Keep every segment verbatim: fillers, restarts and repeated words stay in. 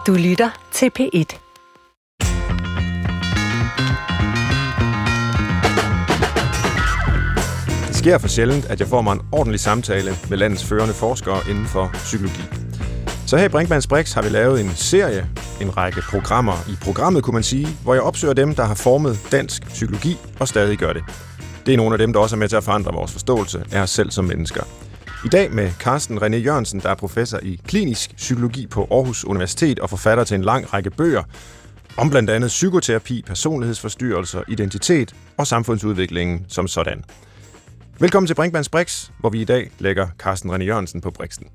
Du lytter til P et. Det sker for sjældent, at jeg får mig en ordentlig samtale med landets førende forskere inden for psykologi. Så her i Brinkmanns Brix har vi lavet en serie, en række programmer i programmet, kunne man sige, hvor jeg opsøger dem, der har formet dansk psykologi og stadig gør det. Det er nogle af dem, der også er med til at forandre vores forståelse af os selv som mennesker. I dag med Carsten René Jørgensen, der er professor i klinisk psykologi på Aarhus Universitet og forfatter til en lang række bøger om blandt andet psykoterapi, personlighedsforstyrrelser, identitet og samfundsudviklingen som sådan. Velkommen til Brinkmanns Brix, hvor vi i dag lægger Carsten René Jørgensen på briksen.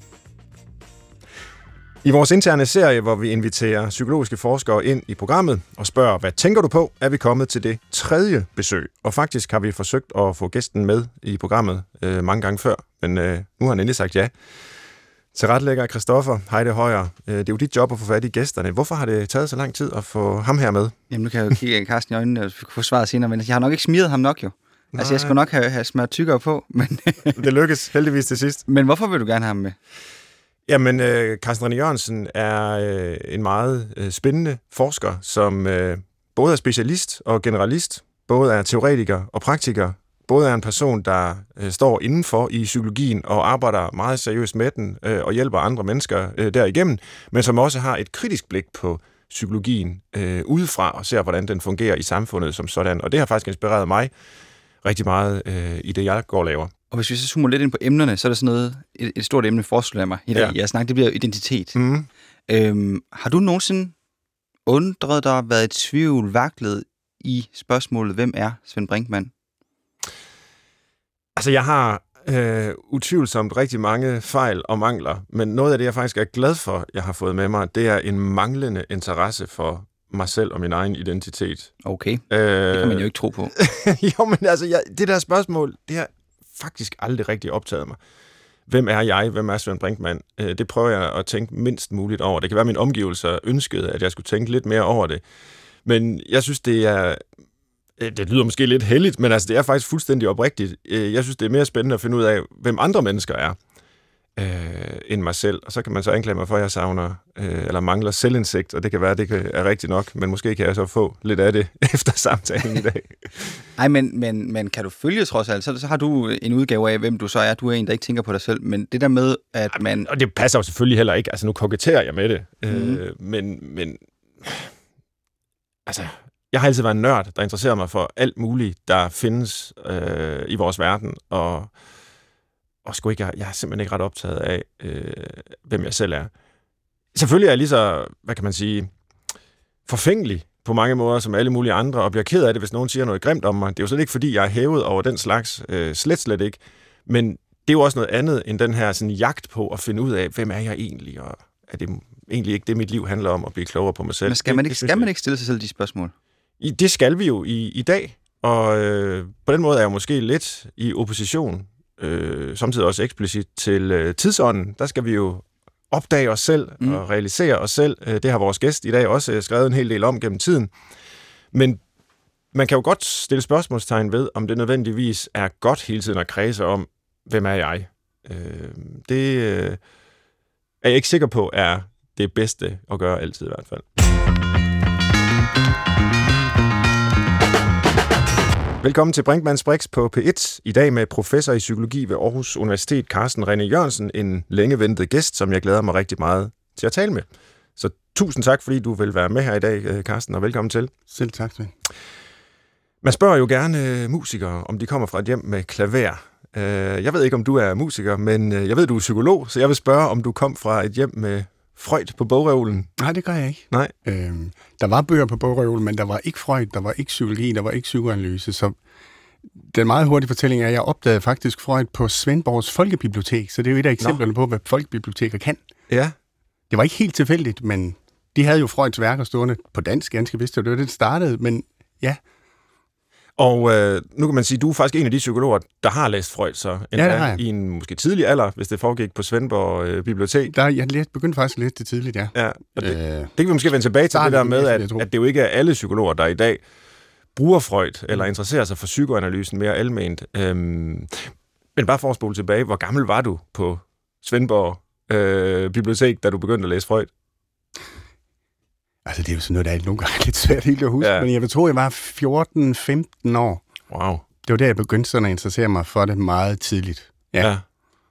I vores interne serie, hvor vi inviterer psykologiske forskere ind i programmet og spørger, hvad tænker du på, er vi kommet til det tredje besøg. Og faktisk har vi forsøgt at få gæsten med i programmet øh, mange gange før, men øh, nu har han endelig sagt ja. Tilrettelægger Christoffer Heide Højer, øh, det er jo dit job at få fat i gæsterne. Hvorfor har det taget så lang tid at få ham her med? Jamen nu kan jeg jo kigge Carsten i øjnene og få svaret senere, men jeg har nok ikke smiret ham nok jo. Nej. Altså jeg skulle nok have, have smørt tykkere på, men... det lykkes heldigvis til sidst. Men hvorfor vil du gerne have ham med? Jamen, øh, Carsten René Jørgensen er øh, en meget øh, spændende forsker, som øh, både er specialist og generalist, både er teoretiker og praktiker, både er en person, der øh, står indenfor i psykologien og arbejder meget seriøst med den øh, og hjælper andre mennesker øh, derigennem, men som også har et kritisk blik på psykologien øh, udefra og ser, hvordan den fungerer i samfundet som sådan. Og det har faktisk inspireret mig rigtig meget øh, i det, jeg går og laver. Og hvis vi så zoomer lidt ind på emnerne, så er der sådan noget, et, et stort emne forestiller jeg mig i dag. Ja. Jeg snakker, det bliver identitet. Mm. Øhm, har du nogensinde undret dig, været i tvivl, vaklet i spørgsmålet, hvem er Svend Brinkmann? Altså, jeg har øh, utvivlsomt rigtig mange fejl og mangler, men noget af det, jeg faktisk er glad for, jeg har fået med mig, det er en manglende interesse for mig selv og min egen identitet. Okay, øh, det kan man jo ikke tro på. jo, men altså, jeg, det der spørgsmål, det har faktisk aldrig rigtig optaget mig. Hvem er jeg? Hvem er Svend Brinkmann? Øh, det prøver jeg at tænke mindst muligt over. Det kan være, at mine omgivelser ønskede, at jeg skulle tænke lidt mere over det. Men jeg synes, det er... Det lyder måske lidt heldigt, men altså, det er faktisk fuldstændig oprigtigt. Jeg synes, det er mere spændende at finde ud af, hvem andre mennesker er, øh, end mig selv. Og så kan man så anklage mig for, at jeg savner øh, eller mangler selvindsigt, og det kan være, at det er rigtigt nok, men måske kan jeg så få lidt af det efter samtalen i dag. Nej, men, men, men kan du følge trods alt, så, så har du en udgave af, hvem du så er. Du er en, der ikke tænker på dig selv, men det der med, at man... Og det passer jo selvfølgelig heller ikke. Altså, nu koketterer jeg med det. Mm. Øh, men, men... Altså... Jeg har altid været en nørd, der interesserer mig for alt muligt, der findes øh, i vores verden, og, og sgu ikke, jeg er simpelthen ikke ret optaget af, øh, hvem jeg selv er. Selvfølgelig er jeg lige så, hvad kan man sige, forfængelig på mange måder, som alle mulige andre, og bliver ked af det, hvis nogen siger noget grimt om mig. Det er jo slet ikke, fordi jeg er hævet over den slags, øh, slet slet ikke, men det er jo også noget andet end den her sådan, jagt på at finde ud af, hvem er jeg egentlig, og er det egentlig ikke det, mit liv handler om, at blive klogere på mig selv. Men skal man ikke, det, skal man ikke stille sig selv de spørgsmål? I, det skal vi jo i, i dag, og øh, på den måde er jeg måske lidt i opposition, øh, samtidig også eksplicit til øh, tidsånden. Der skal vi jo opdage os selv mm. og realisere os selv. Det har vores gæst i dag også skrevet en hel del om gennem tiden. Men man kan jo godt stille spørgsmålstegn ved, om det nødvendigvis er godt hele tiden at kredse om, hvem er jeg? Øh, det øh, er jeg ikke sikker på er det bedste at gøre altid i hvert fald. Velkommen til Brinkmanns Brix på P et. I dag med professor i psykologi ved Aarhus Universitet, Carsten René Jørgensen, en længe ventet gæst, som jeg glæder mig rigtig meget til at tale med. Så tusind tak, fordi du vil være med her i dag, Carsten, og velkommen til. Selv tak, Svend. Man spørger jo gerne musikere, om de kommer fra et hjem med klaver. Jeg ved ikke, om du er musiker, men jeg ved, du er psykolog, så jeg vil spørge, om du kom fra et hjem med Freud på bogreolen. Nej, det gør jeg ikke. Nej. Øhm, der var bøger på bogreolen, men der var ikke Freud, der var ikke psykologi, der var ikke psykoanalyse. Så den meget hurtige fortælling er, at jeg opdagede faktisk Freud på Svendborgs Folkebibliotek, så det er jo et af eksemplerne Nå. på, hvad folkebiblioteker kan. Ja. Det var ikke helt tilfældigt, men de havde jo Freuds værker stående på dansk, ganske vist, og det var det, det startede, men ja. Og øh, nu kan man sige, at du er faktisk en af de psykologer, der har læst Freud, så ja, i en måske tidlig alder, hvis det foregik på Svendborg øh, Bibliotek. Der, jeg læste, begyndte faktisk at læse det tidligt, ja. ja og det, øh, det kan vi måske vende tilbage til, det der med, at, at det jo ikke er alle psykologer, der i dag bruger Freud, eller interesserer sig for psykoanalysen mere alment. Øhm, men bare for at spole tilbage, hvor gammel var du på Svendborg øh, Bibliotek, da du begyndte at læse Freud? Altså, det er jo sådan noget, der er nogle gange lidt svært helt at huske, ja. Men jeg vil tro, jeg var fjorten femten år. Wow. Det var der, jeg begyndte sådan at interessere mig for det meget tidligt. Ja. ja.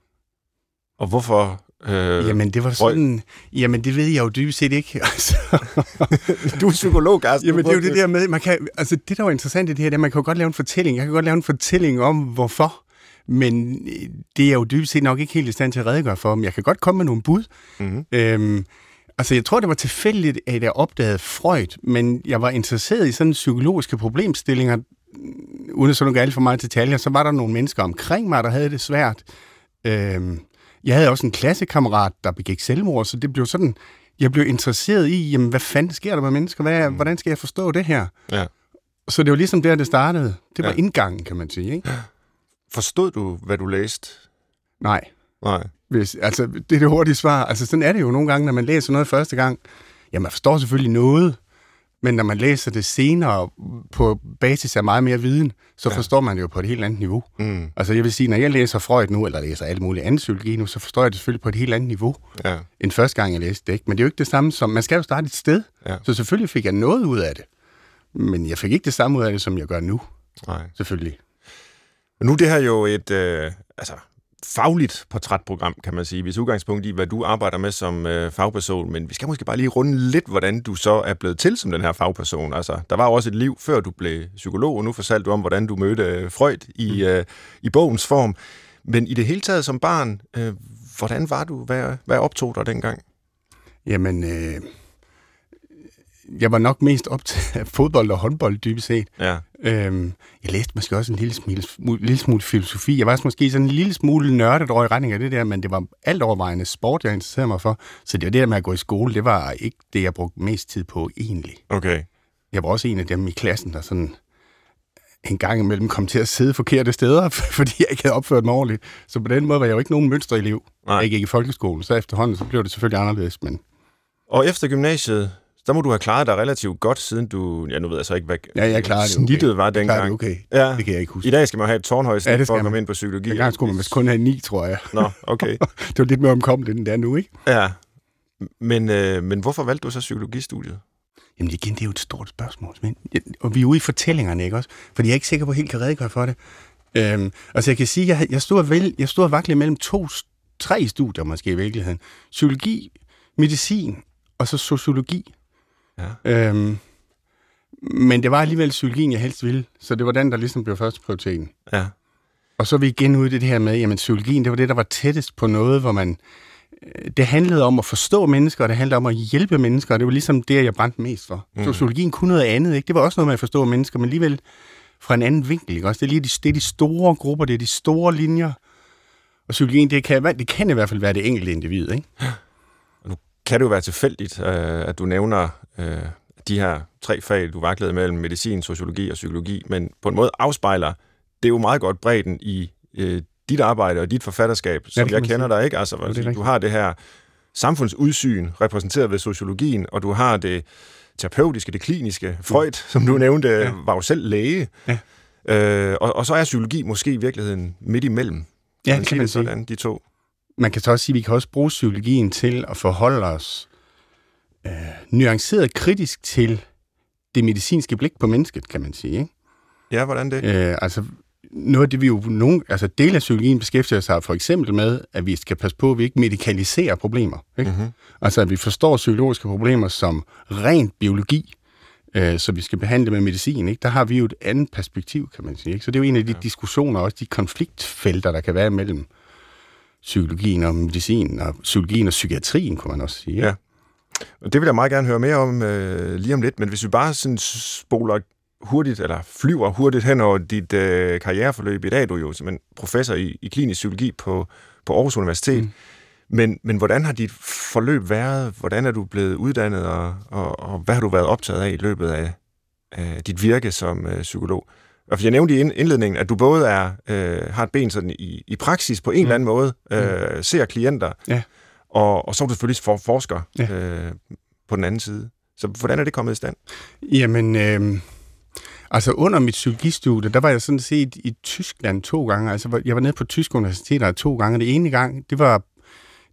Og hvorfor... Øh, jamen, det var sådan... Jamen, det ved jeg jo dybest set ikke. Altså. Du er psykolog, Carsten. Jamen, det er jo det der med... Man kan, altså, det, der var interessant i det her, det er, man kan jo godt lave en fortælling. Jeg kan godt lave en fortælling om, hvorfor. Men det er jo dybest set nok ikke helt i stand til at redegøre for. Men jeg kan godt komme med nogle bud. Mm-hmm. Øhm, altså, jeg tror, det var tilfældigt, at jeg opdagede Freud, men jeg var interesseret i sådan psykologiske problemstillinger, uden at så nogle alt for meget detaljer. Så var der nogle mennesker omkring mig, der havde det svært. Øhm, Jeg havde også en klassekammerat, der begik selvmord, så det blev sådan, jeg blev interesseret i, jamen, hvad fanden sker der med mennesker? Hvad, mm. Hvordan skal jeg forstå det her? Ja. Så det var ligesom der, det startede. Det var ja. indgangen, kan man sige. Ikke? Forstod du, hvad du læste? Nej. Nej. Hvis, altså, det er det hurtige svar. Altså, sådan er det jo nogle gange, når man læser noget første gang. Ja, man forstår selvfølgelig noget, men når man læser det senere på basis af meget mere viden, så ja. forstår man det jo på et helt andet niveau. Mm. Altså jeg vil sige, når jeg læser Freud nu, eller læser alle mulige anden psykologi nu, så forstår jeg det selvfølgelig på et helt andet niveau, ja. end første gang jeg læste det. Ikke? Men det er jo ikke det samme som, man skal jo starte et sted. Ja. Så selvfølgelig fik jeg noget ud af det. Men jeg fik ikke det samme ud af det, som jeg gør nu. Nej. Selvfølgelig. Nu er det her jo et... Øh, altså fagligt portrætprogram, kan man sige, hvis udgangspunkt i, hvad du arbejder med som øh, fagperson, men vi skal måske bare lige runde lidt, hvordan du så er blevet til som den her fagperson. Altså, der var jo også et liv, før du blev psykolog, og nu fortalte du om, hvordan du mødte øh, Freud i, øh, i bogens form. Men i det hele taget som barn, øh, hvordan var du? Hvad, hvad optog dig dengang? Jamen, øh, jeg var nok mest optaget af fodbold og håndbold, dybest set. Ja. Øhm, jeg læste måske også en lille smule, lille smule filosofi. Jeg var måske sådan en lille smule nørdet over i retning af det der, men det var alt overvejende sport, jeg interesserede mig for. Så det var det der med at gå i skole, det var ikke det, jeg brugte mest tid på egentlig. Okay. Jeg var også en af dem i klassen, der sådan en gang imellem kom til at sidde forkerte steder, fordi jeg ikke havde opført mig ordentligt. Så på den måde var jeg jo ikke nogen mønsterelev. Jeg gik i folkeskolen, så efterhånden så blev det selvfølgelig anderledes. Men... Og efter gymnasiet, der må du have klaret dig relativt godt, siden du... Ja, nu ved jeg så ikke, hvad ja, jeg klarede det okay. snittet var dengang. Jeg det okay. Ja. Det kan jeg ikke huske. I dag skal man have et tårnhøjt snit ja, for at komme ind på psykologi. Dengang skulle man kun have ni, tror jeg. Nå, okay. Det var lidt mere omkommeligt, end det er nu, ikke? Ja. Men, øh, men hvorfor valgte du så psykologistudiet? Jamen igen, det er jo et stort spørgsmål. Men, og vi er ude i fortællingerne, ikke også? Fordi jeg er ikke sikker på, at jeg helt kan redegøre for det. Øhm, altså jeg kan sige, at jeg, jeg stod vel, jeg stod vaklet mellem to, tre studier måske i virkeligheden. Psykologi, medicin og så sociologi. Ja. Øhm, men det var alligevel psykologien, jeg helst ville. Så det var den, der ligesom blev første prioriteten. Ja. Og så er vi igen ude i det her med, jamen psykologien, det var det, der var tættest på noget, hvor man... Det handlede om at forstå mennesker, og det handlede om at hjælpe mennesker, og det var ligesom det, jeg brændte mest for. Mm. Sociologien kunne noget andet, ikke? Det var også noget med at forstå mennesker, men alligevel fra en anden vinkel, ikke? Også det er lige de, det er de store grupper, det er de store linjer. Og psykologien, det kan, det kan i hvert fald være det enkelte individ, ikke? Nu kan det jo være tilfældigt, at du nævner de her tre fag, du vaklede mellem medicin, sociologi og psykologi, men på en måde afspejler det jo meget godt bredden i dit arbejde og dit forfatterskab, som ja, jeg kender dig, ikke? Altså, altså, du har det her samfundsudsyn repræsenteret ved sociologien, og du har det terapeutiske, det kliniske. Freud, som du nævnte, ja. var jo selv læge. Ja. Øh, og, og så er psykologi måske i virkeligheden midt imellem. Ja, det kan man sige. Sådan, de to. Man kan så også sige, at vi kan også bruge psykologien til at forholde os øh, nuanceret kritisk til det medicinske blik på mennesket, kan man sige, ikke? Ja, hvordan det? Øh, altså, noget af det, vi jo nogen, altså del af psykologien beskæftiger sig for eksempel med, at vi skal passe på, at vi ikke medikaliserer problemer. Ikke? Mm-hmm. Altså, at vi forstår psykologiske problemer som rent biologi, øh, så vi skal behandle med medicin. Ikke? Der har vi jo et andet perspektiv, kan man sige. Ikke? Så det er jo en af de ja. diskussioner, også de konfliktfelter, der kan være mellem psykologien og medicin, og psykologien og psykiatrien, kunne man også sige. Ikke? Ja. Og det vil jeg meget gerne høre mere om øh, lige om lidt, men hvis vi bare sådan spoler hurtigt, eller flyver hurtigt hen over dit øh, karriereforløb. I dag er du jo som en professor i, i klinisk psykologi på, på Aarhus Universitet. Mm. Men, men hvordan har dit forløb været? Hvordan er du blevet uddannet, og, og, og hvad har du været optaget af i løbet af, af dit virke som øh, psykolog? Og jeg nævnte i indledningen, at du både er, øh, har et ben sådan i, i praksis på en mm. eller anden måde, øh, ser klienter, ja. og, og så er du selvfølgelig for, forsker ja. øh, på den anden side. Så hvordan er det kommet i stand? Jamen... Øh... Altså under mit psykologistudie, der var jeg sådan set i Tyskland to gange. Altså jeg var nede på tyske universiteter to gange. Det ene gang, det var,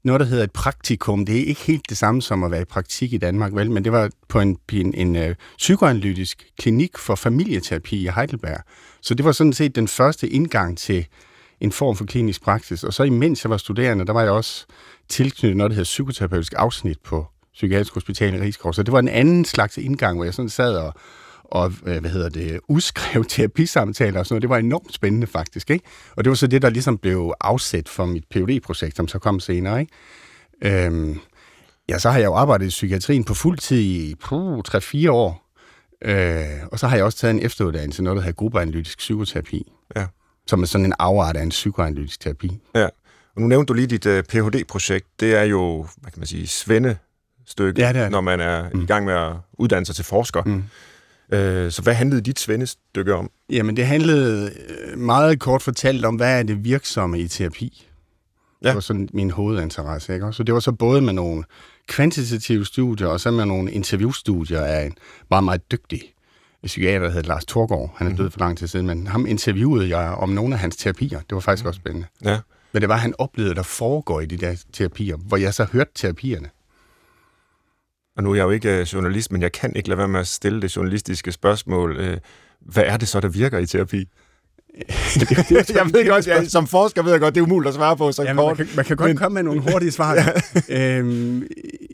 noget, der hedder et praktikum. Det er ikke helt det samme som at være i praktik i Danmark, vel? Men det var på en, en, en uh, psykoanalytisk klinik for familieterapi i Heidelberg. Så det var sådan set den første indgang til en form for klinisk praksis. Og så imens jeg var studerende, der var jeg også tilknyttet noget, der hedder psykoterapeutisk afsnit på Psykiatrisk Hospital i Risskov. Så det var en anden slags indgang, hvor jeg sådan sad og, og hvad hedder det, udskrev terapisamtaler og sådan noget. Det var enormt spændende faktisk, ikke? Og det var så det, der ligesom blev afsæt for mit P H D-projekt, som så kom senere, ikke? Øhm, ja, så har jeg jo arbejdet i psykiatrien på fuld tid i tre fire år. Øh, og så har jeg også taget en efteruddannelse, noget der hedder gruppeanalytisk psykoterapi. Ja. Som er sådan en afart af en psykoanalytisk terapi. Ja, og nu nævnte du lige dit uh, P H D-projekt. Det er jo, hvad kan man sige, svendestykke, ja, det er det. Når man er mm. i gang med at uddanne sig til forsker. Mm. Uh, så hvad handlede dit svendestykke om? Jamen, det handlede meget kort fortalt om, hvad er det virksomme i terapi. Ja. Det var sådan min hovedinteresse, ikke? Så det var så både med nogle kvantitative studier, og så med nogle interviewstudier af en meget, meget dygtig psykiater, der hedder Lars Thorgaard. Han er død for lang tid siden, men ham interviewede jeg om nogle af hans terapier. Det var faktisk også spændende. Ja. Men det var, han oplevede, der foregår i de der terapier, hvor jeg så hørte terapierne. Og nu er jeg jo ikke journalist, men jeg kan ikke lade være med at stille det journalistiske spørgsmål. Hvad er det så, der virker i terapi? det, det, det, jeg ved godt, jeg, som forsker ved jeg godt, det er umuligt at svare på så ja, kort. Man kan, man kan godt men... komme med nogle hurtige svar. Ja. øhm,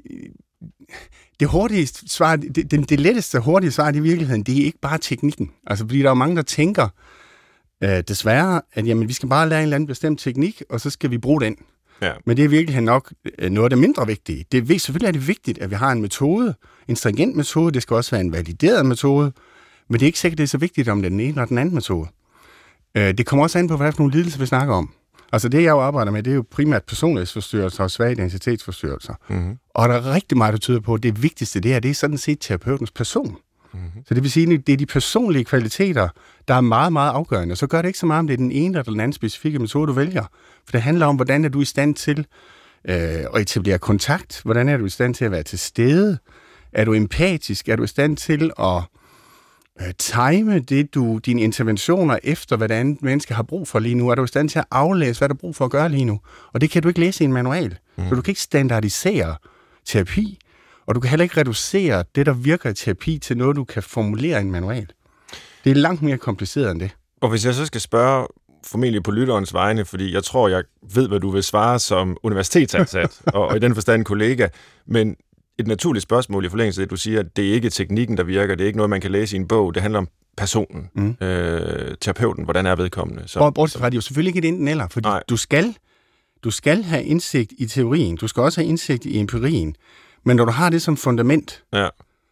Det hurtigste svar, det, det, det letteste hurtige svar i virkeligheden, det er ikke bare teknikken. Altså, fordi der er mange, der tænker, øh, desværre, at jamen, vi skal bare lære en eller anden bestemt teknik, og så skal vi bruge den. Ja. Men det er virkelig nok noget af det mindre vigtige. Det er, selvfølgelig er det vigtigt, at vi har en metode, en stringent metode, det skal også være en valideret metode, men det er ikke sikkert, det er så vigtigt, om det er den ene eller den anden metode. Øh, det kommer også an på, hvad for nogle lidelser vi snakker om. Altså det, jeg jo arbejder med, det er jo primært personlighedsforstyrrelser og svage identitetsforstyrrelser. Mm-hmm. Og der er rigtig meget, der tyder på, at det vigtigste det her, det er sådan set terapeutens person. Mm-hmm. Så det vil sige, at det er de personlige kvaliteter, der er meget, meget afgørende. Så gør det ikke så meget, om det er den ene eller den anden specifikke metode, du vælger. For det handler om, hvordan er du i stand til øh, at etablere kontakt? Hvordan er du i stand til at være til stede? Er du empatisk? Er du i stand til at time det, du, dine interventioner efter, hvad det andet menneske har brug for lige nu? Er du i stand til at aflæse, hvad der er brug for at gøre lige nu? Og det kan du ikke læse i en manual. Mm. Så du kan ikke standardisere terapi, og du kan heller ikke reducere det, der virker i terapi, til noget, du kan formulere i en manual. Det er langt mere kompliceret end det. Og hvis jeg så skal spørge, formentlig på lytterens vegne, fordi jeg tror, jeg ved, hvad du vil svare som universitetsansat, og, og i den forstand kollega, men et naturligt spørgsmål i forlængelse af det, du siger, at det er ikke teknikken, der virker, det er ikke noget, man kan læse i en bog, det handler om personen, mm. øh, terapeuten, hvordan er vedkommende. Så. Bortset fra, det er jo selvfølgelig ikke et enten eller, fordi du skal, du skal have indsigt i teorien, du skal også have indsigt i empirien, men når du har det som fundament, ja.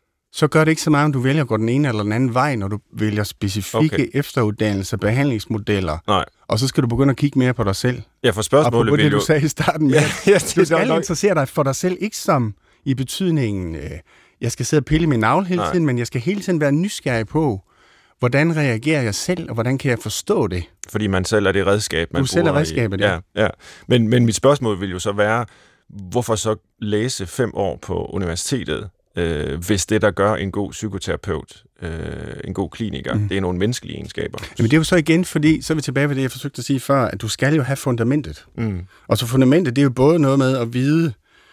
så gør det ikke så meget, om du vælger at gå den ene eller den anden vej, når du vælger specifikke okay. efteruddannelser, behandlingsmodeller, Nej. og så skal du begynde at kigge mere på dig selv. Ja, for spørgsmålet vil det, du sagde i starten med, ja, ja, du skal interessere dig for dig selv, ikke som i betydningen, øh, jeg skal sidde og pille min navle hele tiden, Nej. men jeg skal hele tiden være nysgerrig på, hvordan reagerer jeg selv, og hvordan kan jeg forstå det? Fordi man selv er det redskab, man du bruger. selv er redskabet, ja. ja. ja. Men, men mit spørgsmål vil jo så være, hvorfor så læse fem år på universitetet, øh, hvis det, der gør en god psykoterapeut, øh, en god kliniker, mm. det er nogle menneskelige egenskaber? Jamen det er jo så igen, fordi, så er vi tilbage ved det, jeg forsøgte at sige før, at du skal jo have fundamentet. Mm. Og så fundamentet, det er jo både noget med at vide,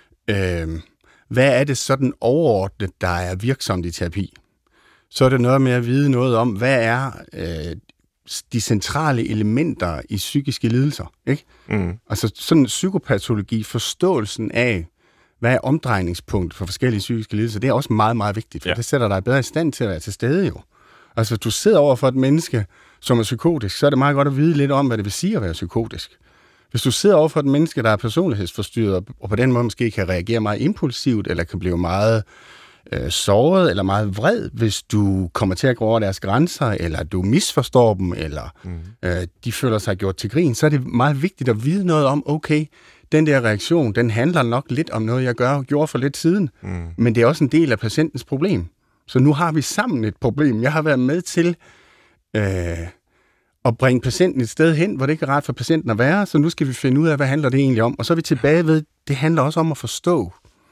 øh, hvad er det sådan overordnet, der er virksomt i terapi? Så er det noget med at vide noget om, hvad er øh, de centrale elementer i psykiske lidelser, ikke? Mm. Altså sådan psykopatologi, forståelsen af, hvad er omdrejningspunkt for forskellige psykiske lidelser, det er også meget, meget vigtigt, for ja. det sætter dig bedre i stand til at være til stede jo. Altså hvis du sidder over for et menneske, som er psykotisk, så er det meget godt at vide lidt om, hvad det vil sige at være psykotisk. Hvis du sidder over for et menneske, der er personlighedsforstyrret, og på den måde måske kan reagere meget impulsivt, eller kan blive meget øh, såret, eller meget vred, hvis du kommer til at gå over deres grænser, eller du misforstår dem, eller mm. øh, de føler sig gjort til grin, så er det meget vigtigt at vide noget om, okay, den der reaktion, den handler nok lidt om noget, jeg gør, gjorde for lidt siden, mm. men det er også en del af patientens problem. Så nu har vi sammen et problem. Jeg har været med til øh, at bringe patienten et sted hen, hvor det ikke er rart for patienten at være, så nu skal vi finde ud af, hvad handler det egentlig om. Og så er vi tilbage ved, det handler også om at forstå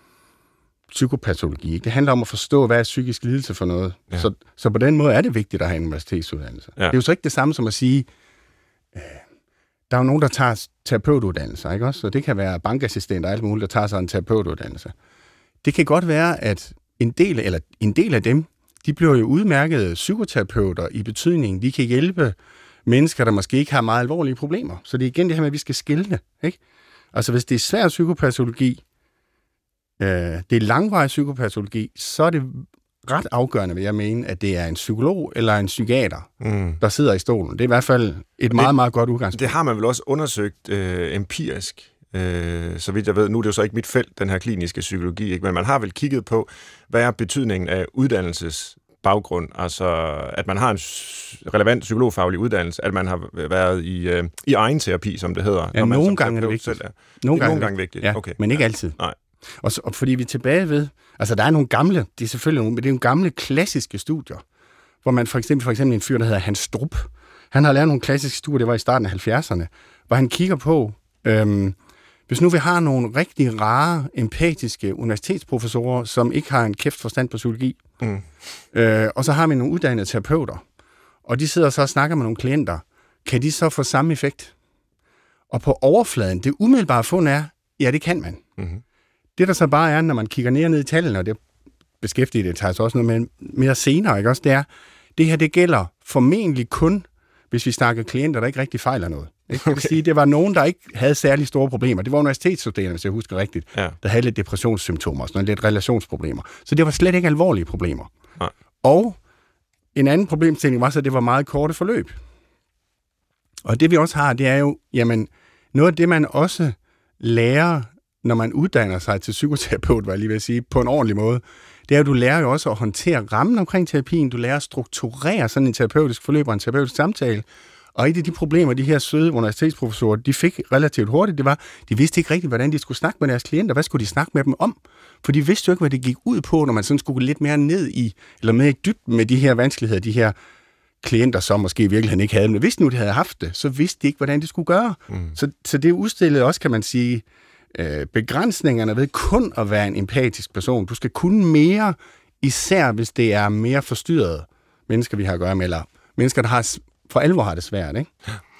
psykopatologi. Det handler om at forstå, hvad er psykisk lidelse for noget. Ja. Så, så på den måde er det vigtigt at have en universitetsuddannelse. Ja. Det er jo så ikke det samme som at sige, øh, der er jo nogen, der tager terapeutuddannelser, ikke også? Så det kan være bankassistenter og alt muligt, der tager sig en terapeutuddannelse. Det kan godt være, at en del, eller en del af dem, de bliver jo udmærkede psykoterapeuter i betydningen, de kan hjælpe mennesker, der måske ikke har meget alvorlige problemer. Så det er igen det her med, at vi skal skelne, ikke? Altså hvis det er svær psykopatologi, øh, det er langvarig psykopatologi, så er det ret afgørende, vil jeg mene, at det er en psykolog eller en psykiater, mm. der sidder i stolen. Det er i hvert fald et meget, meget godt udgangspunkt. Det har man vel også undersøgt øh, empirisk, øh, så vidt jeg ved. Nu er det jo så ikke mit felt, den her kliniske psykologi, ikke? Men man har vel kigget på, hvad er betydningen af uddannelsesbaggrund, altså at man har en relevant psykologfaglig uddannelse, at man har været i, øh, i egen terapi, som det hedder. Ja, når man nogle gange er det vigtigt. Er. Nogle gange, gange gange vigtigt, ja, okay. Men ikke ja. altid. Nej. Og, så, og fordi vi er tilbage ved, altså der er nogle gamle, det er selvfølgelig nogle, det er nogle gamle klassiske studier, hvor man for eksempel, for eksempel en fyr, der hedder Hans Strup, han har lavet nogle klassiske studier, det var i starten af halvfjerdserne, hvor han kigger på, øhm, hvis nu vi har nogle rigtig rare, empatiske universitetsprofessorer, som ikke har en kæft forstand på psykologi, mm. øh, og så har vi nogle uddannede terapeuter, og de sidder så og snakker med nogle klienter, kan de så få samme effekt? Og på overfladen, det umiddelbare fund er, ja, det kan man. Mm-hmm. Det, der så bare er, når man kigger ned og ned i tallene, og det beskæftiger det tager så også noget med mere senere, ikke også, det er, det her, det gælder formentlig kun, hvis vi snakker klienter, der ikke rigtig fejler noget. Ikke? Okay. Det vil sige, det var nogen, der ikke havde særlig store problemer. Det var universitetsstuderende, hvis jeg husker rigtigt, ja. Der havde lidt depressionssymptomer, sådan lidt relationsproblemer. Så det var slet ikke alvorlige problemer. Nej. Og en anden problemstilling var så, at det var meget korte forløb. Og det vi også har, det er jo, jamen, noget af det, man også lærer, når man uddanner sig til psykoterapeut, var jeg lige ved at sige, på en ordentlig måde, det er jo, du lærer jo også at håndtere rammen omkring terapien, du lærer at strukturere sådan en terapeutisk forløb og en terapeutisk samtale, og et af de problemer, de her søde universitetsprofessorer, de fik relativt hurtigt, det var, de vidste ikke rigtigt, hvordan de skulle snakke med deres klienter, hvad skulle de snakke med dem om? For de vidste jo ikke, hvad det gik ud på, når man sådan skulle gå lidt mere ned i, eller mere i dybden med de her vanskeligheder, de her klienter, som måske i virkeligheden ikke havde, men hvis nu de havde haft det, så vidste de ikke, hvordan de skulle gøre. Mm. Så, så det udstillede også, kan man sige, øh, begrænsningerne ved kun at være en empatisk person. Du skal kunne mere, især hvis det er mere forstyrrede mennesker, vi har at gøre med, eller mennesker, der har, for alvor har det svært, ikke?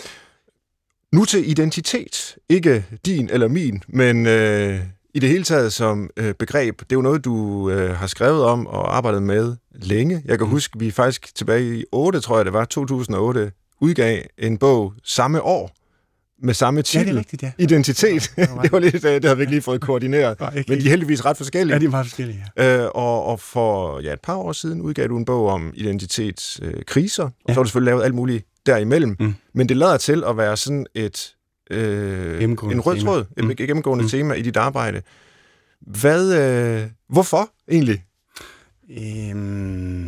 Nu til identitet. Ikke din eller min, men øh, i det hele taget som øh, begreb. Det er jo noget, du øh, har skrevet om og arbejdet med længe. Jeg kan mm. huske, vi faktisk tilbage i otte, tror jeg det var, to tusind og otte, udgav en bog samme år med samme titel. Ja, det er rigtigt, ja. Identitet. Ja, det, var det var lidt, det havde vi ikke lige fået koordineret. Nej, men de er heldigvis ret forskellige. Ja, de er meget forskellige, ja. Øh, og, og for ja, et par år siden udgav du en bog om identitetskriser, øh, og ja. Så har du selvfølgelig lavet alt muligt derimellem. Mm. Men det lader til at være sådan et øh, en rød tråd, et mm. gennemgående mm. tema i dit arbejde. Hvad, øh, hvorfor egentlig? Øhm,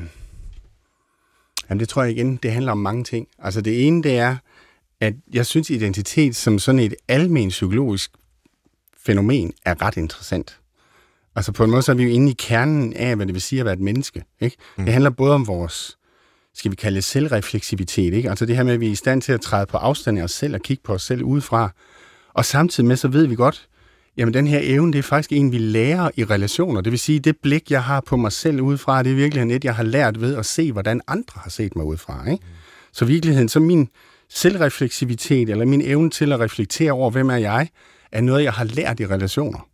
jamen det tror jeg igen, det handler om mange ting. Altså det ene, det er, at jeg synes, identitet som sådan et almen psykologisk fænomen er ret interessant. Altså på en måde, så er vi jo inde i kernen af, hvad det vil sige at være et menneske. Ikke? Mm. Det handler både om vores, skal vi kalde det selvrefleksivitet, ikke? Altså det her med, at vi er i stand til at træde på afstand af os selv og kigge på os selv udefra. Og samtidig med, så ved vi godt, jamen den her evne, det er faktisk en, vi lærer i relationer. Det vil sige, det blik, jeg har på mig selv udefra, det er virkelig et, jeg har lært ved at se, hvordan andre har set mig udefra. Ikke? Mm. Så i virkeligheden, så min selvrefleksivitet, eller min evne til at reflektere over, hvem er jeg, er noget, jeg har lært i relationer.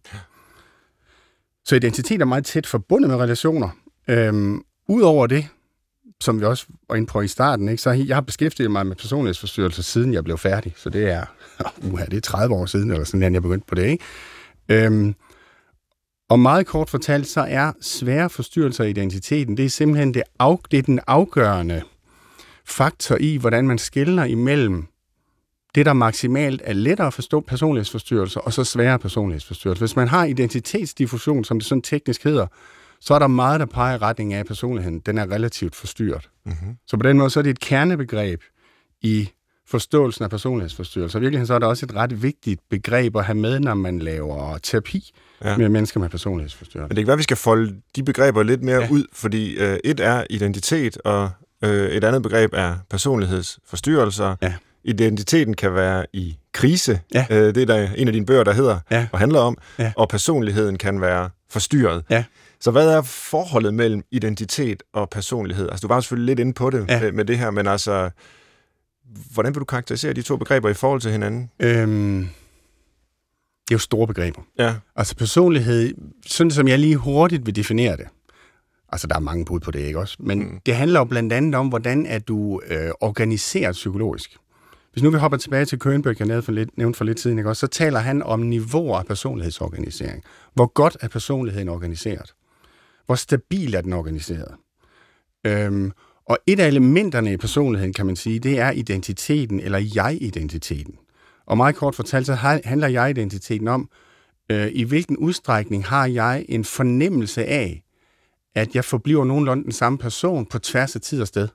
Så identitet er meget tæt forbundet med relationer. Øhm, Udover det, som vi også var inde på i starten, ikke, så jeg har beskæftiget mig med personlighedsforstyrrelser, siden jeg blev færdig. Så det er, uh, det er tredive år siden, eller sådan, at jeg begyndte på det. Ikke? Øhm, og meget kort fortalt, så er svære forstyrrelser i identiteten, det er simpelthen det af, det er den afgørende faktor i, hvordan man skelner imellem det, der maksimalt er lettere at forstå personlighedsforstyrrelser, og så svære personlighedsforstyrrelser. Hvis man har identitetsdiffusion, som det sådan teknisk hedder, så er der meget, der peger i retning af personligheden. Den er relativt forstyrret. Mm-hmm. Så på den måde, så er det et kernebegreb i forståelsen af personlighedsforstyrrelser. I virkeligheden så er det også et ret vigtigt begreb at have med, når man laver terapi ja. med mennesker med personlighedsforstyrrelser. Men det kan være, at vi skal folde de begreber lidt mere ja. ud, fordi øh, et er identitet, og øh, et andet begreb er personlighedsforstyrrelser. Ja. Identiteten kan være i krise. Ja. Øh, det er der en af dine bøger, der hedder ja. og handler om. Ja. Og personligheden kan være forstyrret. Ja. Så hvad er forholdet mellem identitet og personlighed? Altså, du var selvfølgelig lidt inde på det ja. med, med det her, men altså, hvordan vil du karakterisere de to begreber i forhold til hinanden? Øhm, det er jo store begreber. Ja. Altså personlighed, sådan som jeg lige hurtigt vil definere det. Altså, der er mange bud på det, ikke også? Men mm. det handler jo blandt andet om, hvordan er du øh, organiseret psykologisk. Hvis nu vi hopper tilbage til Kønberg, jeg nævnte for lidt, nævnte for lidt siden, ikke også? Så taler han om niveauer af personlighedsorganisering. Hvor godt er personligheden organiseret? Hvor stabil er den organiseret? Øhm, og et af elementerne i personligheden, kan man sige, det er identiteten, eller jeg-identiteten. Og meget kort fortalt, så handler jeg-identiteten om, øh, i hvilken udstrækning har jeg en fornemmelse af, at jeg forbliver nogenlunde den samme person på tværs af tid og sted.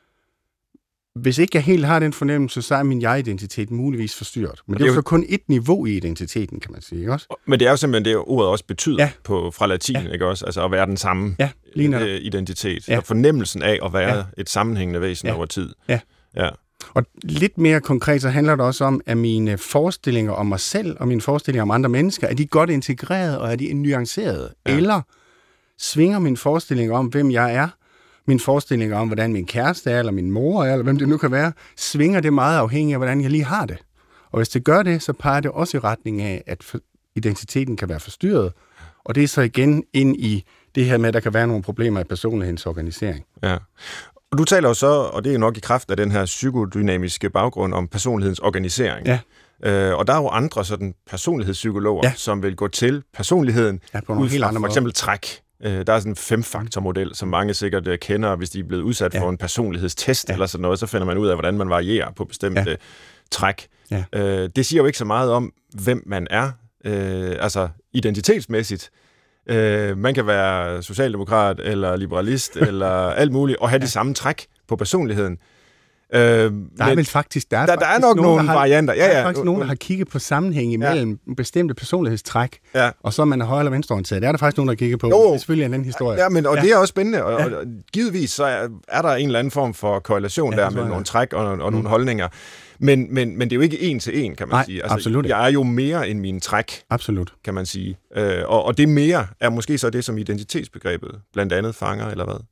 Hvis ikke jeg helt har den fornemmelse, så er min jeg-identitet muligvis forstyrret. Men det er jo så kun et niveau i identiteten, kan man sige, ikke også? Men det er jo simpelthen det, ordet også betyder ja. på, fra latin, ja. ikke også? Altså at være den samme ja, identitet. Ja. Og fornemmelsen af at være ja. et sammenhængende væsen ja. over tid. Ja. ja. Og lidt mere konkret, så handler det også om, at mine forestillinger om mig selv og mine forestillinger om andre mennesker, er de godt integreret, og er de nuancerede? Ja. Eller svinger min forestilling om, hvem jeg er, min forestilling om, hvordan min kæreste er, eller min mor er, eller hvem det nu kan være, svinger det meget afhængigt af, hvordan jeg lige har det. Og hvis det gør det, så peger det også i retning af, at identiteten kan være forstyrret. Og det er så igen ind i det her med, at der kan være nogle problemer i personlighedens organisering. Ja. Og du taler jo så, og det er jo nok i kraft af den her psykodynamiske baggrund om personlighedens organisering. Ja. Øh, og der er jo andre sådan personlighedspsykologer, ja. som vil gå til personligheden ja, på nogle ud helt fra andre for eksempel træk. Øh, der er sådan en femfaktormodel, som mange sikkert øh, kender, hvis de er blevet udsat ja. for en personlighedstest ja. eller sådan noget, så finder man ud af, hvordan man varierer på bestemte ja. træk. Ja. Øh, det siger jo ikke så meget om, hvem man er, øh, altså identitetsmæssigt. Øh, man kan være socialdemokrat eller liberalist eller alt muligt, og have ja. de samme træk på personligheden. Øh, der er vel faktisk, der er, der, faktisk der er nok nogen, nogle har, varianter. Ja, ja. Der er faktisk nogen, der har kigget på sammenhæng imellem ja. bestemte personlighedstræk, ja. og så er man højre- eller venstreorienteret. Det er der faktisk nogen, der kigger på. Jo. Det er selvfølgelig en anden historie. Ja, men, og ja. det er også spændende, og, ja. og givetvis så er, er der en eller anden form for korrelation ja, der med nogle træk og, og mm. nogle holdninger. Men, men, men det er jo ikke en til en, kan man Nej, sige. Altså, absolut. Jeg er jo mere end mine træk, absolut. kan man sige. Øh, og, og det mere er måske så det, som identitetsbegrebet blandt andet fanger, eller hvad?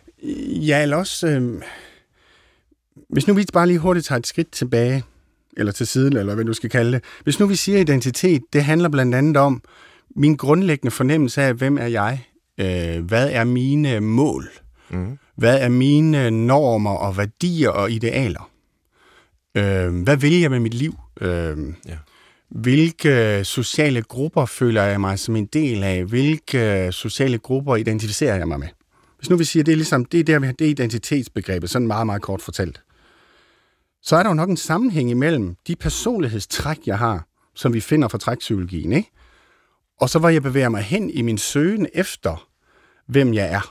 Ja, eller også... Øh... Hvis nu vi bare lige hurtigt tager et skridt tilbage, eller til siden, eller hvad du skal kalde det. Hvis nu vi siger identitet, det handler blandt andet om min grundlæggende fornemmelse af, hvem er jeg? Øh, hvad er mine mål? Mm. Hvad er mine normer og værdier og idealer? Øh, hvad vil jeg med mit liv? Øh, ja. Hvilke sociale grupper føler jeg mig som en del af? Hvilke sociale grupper identificerer jeg mig med? Hvis nu vi siger, det er ligesom, det er der, det er identitetsbegrebet, sådan meget, meget kort fortalt. Så er der jo nok en sammenhæng imellem de personlighedstræk, jeg har, som vi finder fra trækpsykologien, ikke? Og så hvor jeg bevæger mig hen i min søgen efter, hvem jeg er.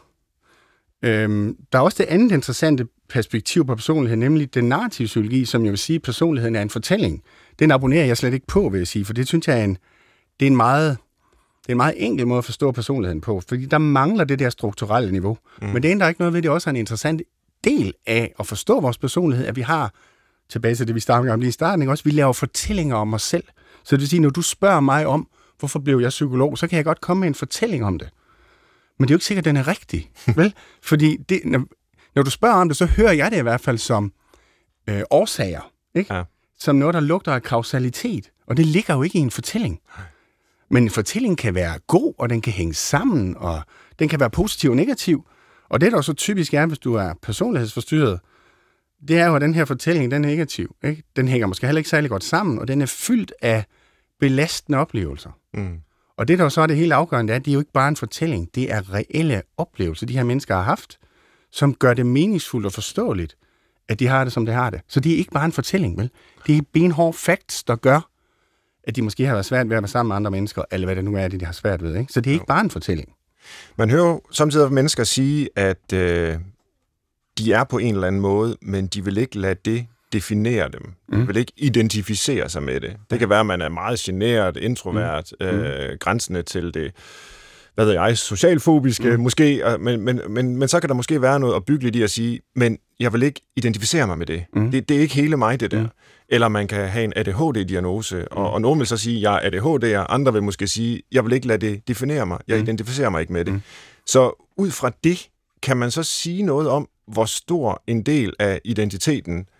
Øhm, der er også det andet interessante perspektiv på personlighed, nemlig den narrative psykologi, som jeg vil sige, at personligheden er en fortælling. Den abonnerer jeg slet ikke på, vil jeg sige, for det synes jeg er en, det er en meget... Det er en meget enkel måde at forstå personligheden på, fordi der mangler det der strukturelle niveau. Mm. Men det ændrer ikke noget ved, det også er en interessant del af at forstå vores personlighed, at vi har, tilbage til det, vi startede om lige i starten, også, vi laver fortællinger om os selv. Så det vil sige, når du spørger mig om, hvorfor blev jeg psykolog, så kan jeg godt komme med en fortælling om det. Men det er jo ikke sikkert, at den er rigtig, vel? Fordi det, når, når du spørger om det, så hører jeg det i hvert fald som øh, årsager, ikke? Ja. Som noget, der lugter af kausalitet, og det ligger jo ikke i en fortælling. Men en fortælling kan være god, og den kan hænge sammen, og den kan være positiv og negativ. Og det, der så typisk er, hvis du er personlighedsforstyrret, det er jo, at den her fortælling, den er negativ. Ikke? Den hænger måske heller ikke særlig godt sammen, og den er fyldt af belastende oplevelser. Mm. Og det, der så er det helt afgørende, er, at det er jo ikke bare en fortælling, det er reelle oplevelser, de her mennesker har haft, som gør det meningsfuldt og forståeligt, at de har det, som de har det. Så det er ikke bare en fortælling, vel? Det er benhårde facts, der gør, at de måske har været svært ved at være sammen med andre mennesker, eller hvad det nu er, det de har svært ved. Ikke? Så det er ikke jo. Bare en fortælling. Man hører jo samtidig mennesker sige, at øh, de er på en eller anden måde, men de vil ikke lade det definere dem. De mm. vil ikke identificere sig med det. Det kan være, at man er meget genert, introvert, mm. øh, grænsende til det, hvad ved jeg, socialfobiske mm. måske, men, men, men, men så kan der måske være noget opbyggeligt i at sige, men jeg vil ikke identificere mig med det. Mm. Det, det er ikke hele mig, det der. Mm. Eller man kan have en A D H D-diagnose, mm. og, og nogen vil så sige, jeg er A D H D'er, andre vil måske sige, jeg vil ikke lade det definere mig, jeg mm. identificerer mig ikke med det. Mm. Så ud fra det, kan man så sige noget om, hvor stor en del af identiteten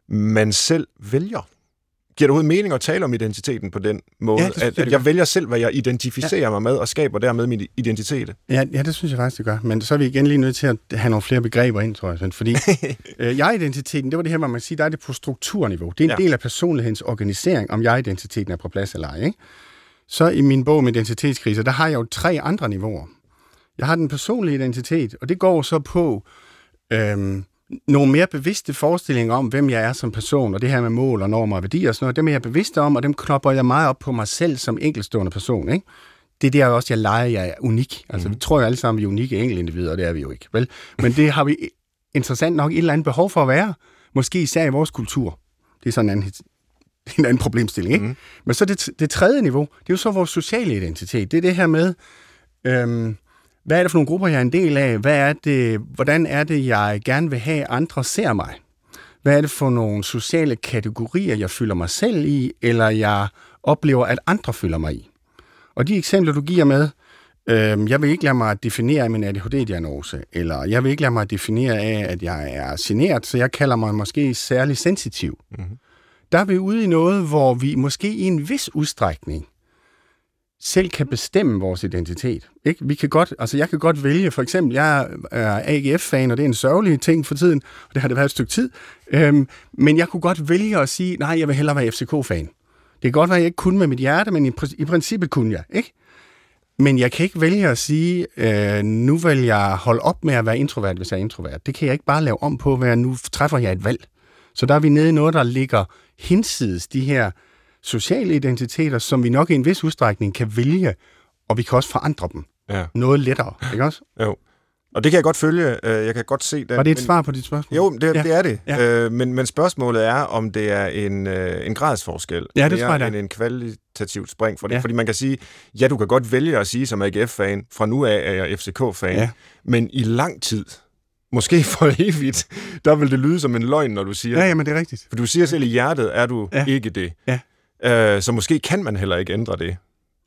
man selv vælger. Giver det overhovedet mening at tale om identiteten på den måde? Ja, at, at jeg vælger selv, hvad jeg identificerer ja. mig med, og skaber dermed min identitet? Ja, ja, det synes jeg faktisk, det gør. Men så er vi igen lige nødt til at have nogle flere begreber ind, tror jeg. Fordi øh, jeg-identiteten, det var det her, hvor man siger, der er det på strukturniveau. Det er en ja. del af personlighedens organisering, om jeg-identiteten er på plads eller ej. Ikke? Så i min bog med identitetskriser, der har jeg jo tre andre niveauer. Jeg har den personlige identitet, og det går så på øhm, nogle mere bevidste forestillinger om, hvem jeg er som person, og det her med mål og normer og værdier og sådan noget, dem er jeg bevidst om, og dem knopper jeg meget op på mig selv som enkeltstående person, ikke? Det er der også, jeg leger, jeg er unik. Altså, mm. vi tror jo alle sammen, vi er unikke enkeltindivider, og det er vi jo ikke, vel? Men det har vi interessant nok et eller andet behov for at være, måske især i vores kultur. Det er sådan en anden, en anden problemstilling, ikke? Mm. Men så det, det tredje niveau, det er jo så vores sociale identitet. Det er det her med, øhm, hvad er det for nogle grupper, jeg er en del af? Hvad er det, hvordan er det, jeg gerne vil have, andre ser mig? Hvad er det for nogle sociale kategorier, jeg fylder mig selv i, eller jeg oplever, at andre fylder mig i? Og de eksempler, du giver med, øh, jeg vil ikke lade mig definere af min A D H D-diagnose, eller jeg vil ikke lade mig definere af, at jeg er genert, så jeg kalder mig måske særlig sensitiv. Mm-hmm. Der er vi ude i noget, hvor vi måske i en vis udstrækning selv kan bestemme vores identitet. Ikke? Vi kan godt, altså jeg kan godt vælge, for eksempel, jeg er A G F-fan, og det er en sørgelig ting for tiden, og det har det været et stykke tid, øhm, men jeg kunne godt vælge at sige, nej, jeg vil hellere være F C K-fan. Det kan godt være, at jeg ikke kunne med mit hjerte, men i, i princippet kunne jeg, ikke? Men jeg kan ikke vælge at sige, øh, nu vil jeg holde op med at være introvert, hvis jeg er introvert. Det kan jeg ikke bare lave om på, hvad nu træffer jeg et valg. Så der er vi nede i noget, der ligger hinsides de her sociale identiteter, som vi nok i en vis udstrækning kan vælge, og vi kan også forandre dem. Ja. Noget lettere, ikke også? Jo. Og det kan jeg godt følge. Jeg kan godt se det. Var det et men... svar på dit spørgsmål? Jo, det, ja. det er det. Ja. Men, men spørgsmålet er, om det er en, en gradsforskel. Ja, det tror jeg, det er. En, en kvalitativt spring for det. Ja. Fordi man kan sige, ja, du kan godt vælge at sige som A G F-fan, fra nu af er jeg F C K-fan, ja. Men i lang tid, måske for evigt, der vil det lyde som en løgn, når du siger ja, jamen det er rigtigt. For du siger selv, i hjertet er du ja. ikke det. Ja. Uh, så måske kan man heller ikke ændre det.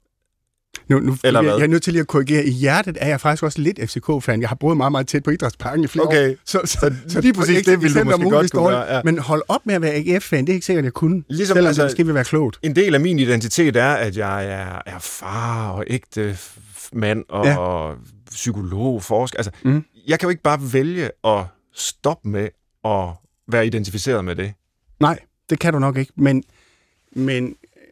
Nu, nu, Eller jeg, jeg er nødt til lige at korrigere. I hjertet er jeg faktisk også lidt F C K-fan. Jeg har boet meget, meget tæt på idrætsparken i flere okay. år. Så, så, så, så lige præcis det ville du måske godt kunne gøre. Ja. Men hold op med at være A G F-fan, det er ikke sikkert, at jeg kunne. Ligesom, selvom altså, det måske vil være klogt. En del af min identitet er, at jeg er, er far og ægte mand og, ja. og psykolog, forsker. Altså, mm. jeg kan jo ikke bare vælge at stoppe med at være identificeret med det. Nej, det kan du nok ikke. Men, men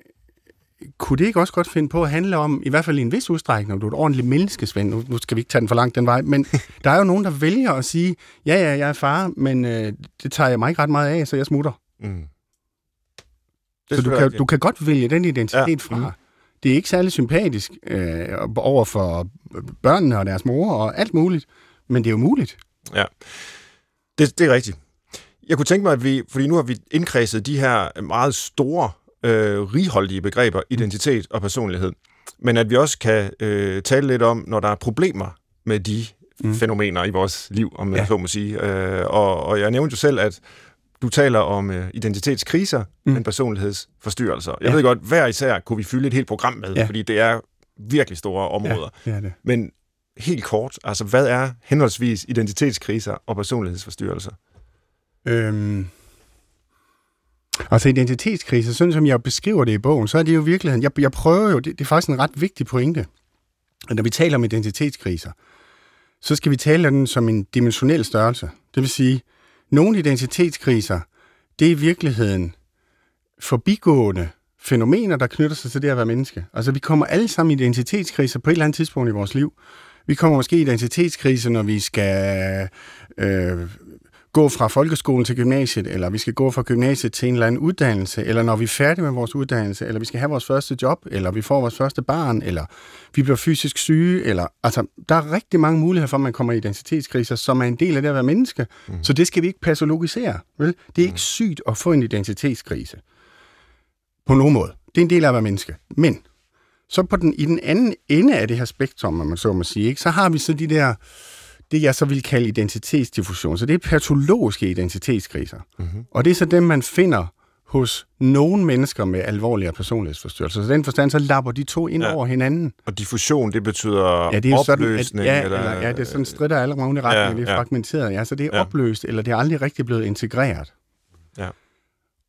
kunne det ikke også godt finde på at handle om, i hvert fald i en vis udstrækning, når du er et ordentligt menneskesvend, nu, nu skal vi ikke tage den for langt den vej, men der er jo nogen, der vælger at sige, ja, ja, jeg er far, men øh, det tager jeg mig ikke ret meget af, så jeg smutter. Mm. Så du kan, du kan godt vælge den identitet ja. fra. Mm. Det er ikke særlig sympatisk øh, over for børnene og deres mor og alt muligt, men det er jo muligt. Ja, det, det er rigtigt. Jeg kunne tænke mig, at vi, fordi nu har vi indkredset de her meget store Øh, righoldige begreber, identitet og personlighed. Men at vi også kan øh, tale lidt om, når der er problemer med de mm. fænomener i vores liv, om man ja. så må sige. Øh, og, og jeg nævnte jo selv, at du taler om øh, identitetskriser, mm. men personlighedsforstyrrelser. Jeg ja. ved godt, hver især kunne vi fylde et helt program med, ja. fordi det er virkelig store områder. Ja, det er det. Men helt kort, altså hvad er henholdsvis identitetskriser og personlighedsforstyrrelser? Øhm Altså identitetskrise, sådan som jeg beskriver det i bogen, så er det jo virkeligheden. Jeg, jeg prøver jo, det, det er faktisk en ret vigtig pointe, at når vi taler om identitetskriser, så skal vi tale om den som en dimensionel størrelse. Det vil sige, nogle identitetskriser, det er i virkeligheden forbigående fænomener, der knytter sig til det at være menneske. Altså vi kommer alle sammen i identitetskriser på et eller andet tidspunkt i vores liv. Vi kommer måske i identitetskriser, når vi skal øh, gå fra folkeskolen til gymnasiet, eller vi skal gå fra gymnasiet til en eller anden uddannelse, eller når vi er færdige med vores uddannelse, eller vi skal have vores første job, eller vi får vores første barn, eller vi bliver fysisk syge, eller altså, der er rigtig mange muligheder for, at man kommer i identitetskriser, som er en del af det at være menneske. Mm. Så det skal vi ikke patologisere, vel? Det er ikke sygt at få en identitetskrise. På nogen måde. Det er en del af at være menneske. Men så på den, i den anden ende af det her spektrum, man så må sige, ikke, så har vi så de der det jeg så vil kalde identitetsdiffusion. Så det er patologiske identitetskriser. Mm-hmm. Og det er så dem, man finder hos nogle mennesker med alvorlige personlighedsforstyrrelser. Så den forstand, så lapper de to ind ja. over hinanden. Og diffusion, det betyder ja, det er opløsning? Sådan, at, ja, eller, eller, ja, det er sådan stritter alle mulige retninger, ja, det er ja. fragmenteret. Ja, så det er ja. opløst, eller det er aldrig rigtig blevet integreret. Ja.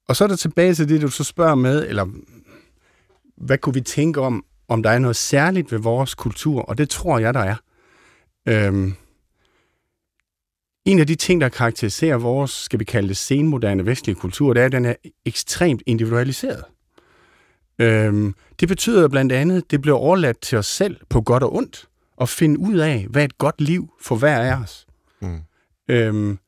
og så er der tilbage til det, du så spørger med, eller hvad kunne vi tænke om, om der er noget særligt ved vores kultur, og det tror jeg, der er. Øhm, en af de ting, der karakteriserer vores, skal vi kalde det, senmoderne vestlige kultur, det er, at den er ekstremt individualiseret. Øhm, det betyder blandt andet, at det bliver overladt til os selv på godt og ondt, at finde ud af, hvad et godt liv for hver af os. Mm. Øhm,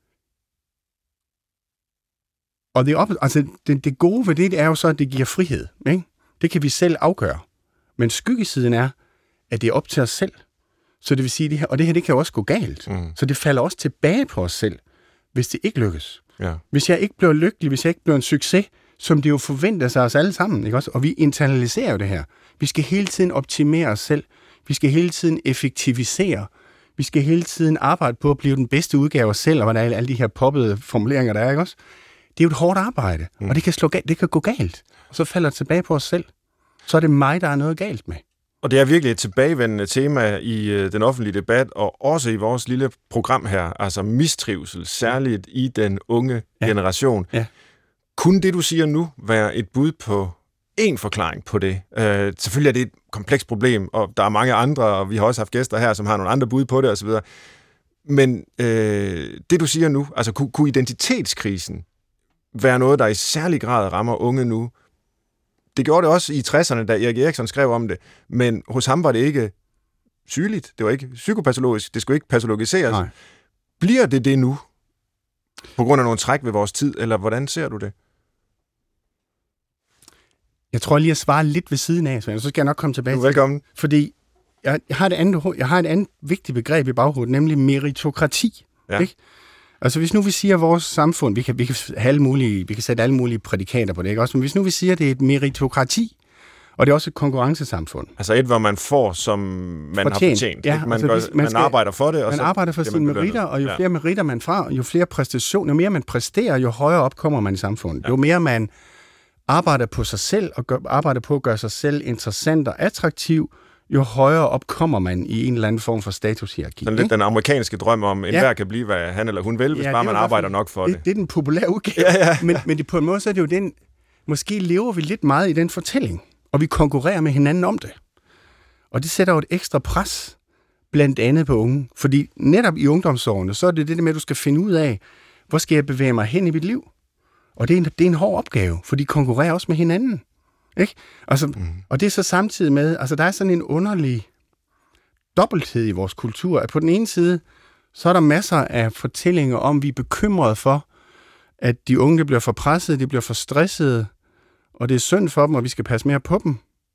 og det, op, altså, det, det gode ved det, det er jo så, at det giver frihed. Ikke? Det kan vi selv afgøre. Men skyggesiden er, at det er op til os selv. Så det vil sige, det her, og det her, det kan jo også gå galt. Mm. Så det falder også tilbage på os selv, hvis det ikke lykkes. Ja. Hvis jeg ikke bliver lykkelig, hvis jeg ikke bliver en succes, som det jo forventer sig os alle sammen, ikke også? Og vi internaliserer jo det her. Vi skal hele tiden optimere os selv. Vi skal hele tiden effektivisere. Vi skal hele tiden arbejde på at blive den bedste udgave af os selv, og hvordan alle de her poppede formuleringer, der er, ikke også? Det er jo et hårdt arbejde, mm. og det kan, slå, det kan gå galt. Og så falder det tilbage på os selv. Så er det mig, der er noget galt med. Og det er virkelig et tilbagevendende tema i øh, den offentlige debat, og også i vores lille program her, altså mistrivsel, særligt i den unge ja. generation. Ja. Kunne det, du siger nu, være et bud på en forklaring på det? Øh, selvfølgelig er det et komplekst problem, og der er mange andre, og vi har også haft gæster her, som har nogle andre bud på det osv. Men øh, det, du siger nu, altså kunne, kunne identitetskrisen være noget, der i særlig grad rammer unge nu? Det gjorde det også i tresserne, da Erik Erikson skrev om det, men hos ham var det ikke sygeligt, det var ikke psykopatologisk, det skulle ikke patologiseres. Nej. Bliver det det nu? På grund af nogle træk ved vores tid, eller hvordan ser du det? Jeg tror lige at svare lidt ved siden af, så skal jeg nok komme tilbage til. Velkommen. Fordi jeg har, et andet, jeg har et andet vigtigt begreb i baghovedet, nemlig meritokrati. Ja. Ikke? Altså hvis nu vi siger, at vores samfund, vi kan, vi kan, have alle mulige, vi kan sætte alle mulige prædikater på det, ikke? Også, men hvis nu vi siger, at det er et meritokrati, og det er også et konkurrencesamfund. Altså et, hvor man får, som man fortjent. har fortjent. Ja, man, altså, gør, man, man skal, arbejder for det. Og man så arbejder for sine meritter, og jo ja. flere meritter man får, jo flere præstationer, jo mere man præsterer, jo højere op kommer man i samfundet. Ja. Jo mere man arbejder på sig selv, og gør, arbejder på at gøre sig selv interessant og attraktiv, jo højere op kommer man i en eller anden form for statushierarki. Sådan lidt den amerikanske drøm om, at enhver ja. kan blive, hvad han eller hun vil, hvis ja, bare man arbejder nok for det. Det, det er den populære udgave. Ja, ja. Men, men det, på en måde så er det jo den, måske lever vi lidt meget i den fortælling, og vi konkurrerer med hinanden om det. Og det sætter jo et ekstra pres, blandt andet på unge. Fordi netop i ungdomsårene, så er det det med, at du skal finde ud af, hvor skal jeg bevæge mig hen i mit liv? Og det er en, det er en hård opgave, for de konkurrerer også med hinanden. Ikke? Altså, mm. Og det er så samtidig med, altså der er sådan en underlig dobbelthed i vores kultur, at på den ene side, så er der masser af fortællinger om, at vi er bekymrede for, at de unge bliver for pressede, de bliver for stressede, og det er synd for dem, og vi skal passe mere på dem.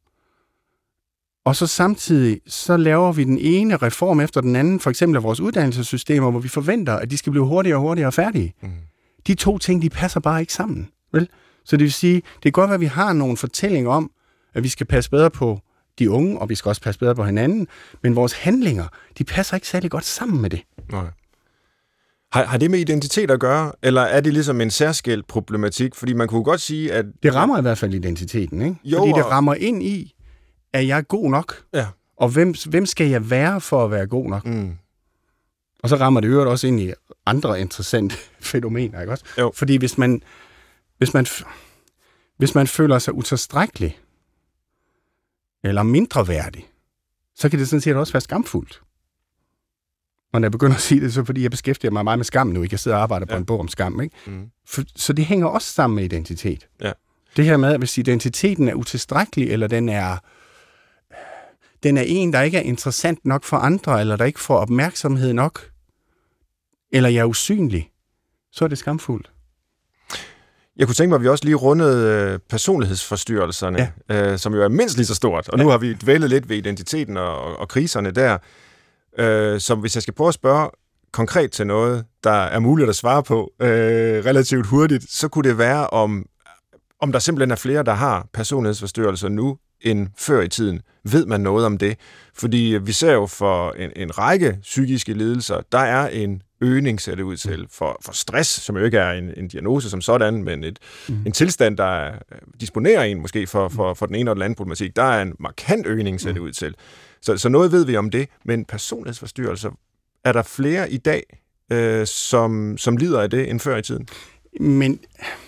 Og så samtidig, så laver vi den ene reform efter den anden, for eksempel af vores uddannelsessystemer, hvor vi forventer, at de skal blive hurtigere og hurtigere færdige. Mm. De to ting, de passer bare ikke sammen, vel? Så det vil sige, det kan godt være, at vi har nogle fortællinger om, at vi skal passe bedre på de unge, og vi skal også passe bedre på hinanden, men vores handlinger, de passer ikke særlig godt sammen med det. Nej. Har, har det med identitet at gøre, eller er det ligesom en særskilt problematik? Fordi man kunne godt sige, at... Det rammer i hvert fald identiteten, ikke? Jo, fordi det rammer ind i, at jeg er god nok, ja. og hvem, hvem skal jeg være for at være god nok? Mm. Og så rammer det øvrigt også ind i andre interessante fænomener, ikke også? Jo. Fordi hvis man, hvis man, hvis man føler sig utilstrækkelig, eller mindre værdig, så kan det sådan set også være skamfuldt. Og når jeg begynder at sige det, så fordi jeg beskæftiger mig meget med skam nu, ikke? Jeg sidder og arbejder ja. på en bog om skam, ikke? Mm. For, så det hænger også sammen med identitet. Ja. Det her med, at hvis identiteten er utilstrækkelig, eller den er, den er en, der ikke er interessant nok for andre, eller der ikke får opmærksomhed nok, eller jeg er usynlig, så er det skamfuldt. Jeg kunne tænke mig, at vi også lige rundede personlighedsforstyrrelserne, ja. øh, som jo er mindst lige så stort. Og ja. nu har vi dvælet lidt ved identiteten og, og, og kriserne der. Øh, så hvis jeg skal prøve at spørge konkret til noget, der er muligt at svare på øh, relativt hurtigt, så kunne det være, om, om der simpelthen er flere, der har personlighedsforstyrrelser nu, end før i tiden. Ved man noget om det? Fordi vi ser jo for en, en række psykiske lidelser, der er en øgning, ser det ud til, for, for stress, som jo ikke er en, en diagnose som sådan, men et, mm. en tilstand, der disponerer en måske for, for, for den ene eller den anden problematik. Der er en markant øgning, ser det ud til. Så, så noget ved vi om det, men personlighedsforstyrrelser, er der flere i dag, øh, som, som lider af det, end før i tiden? Men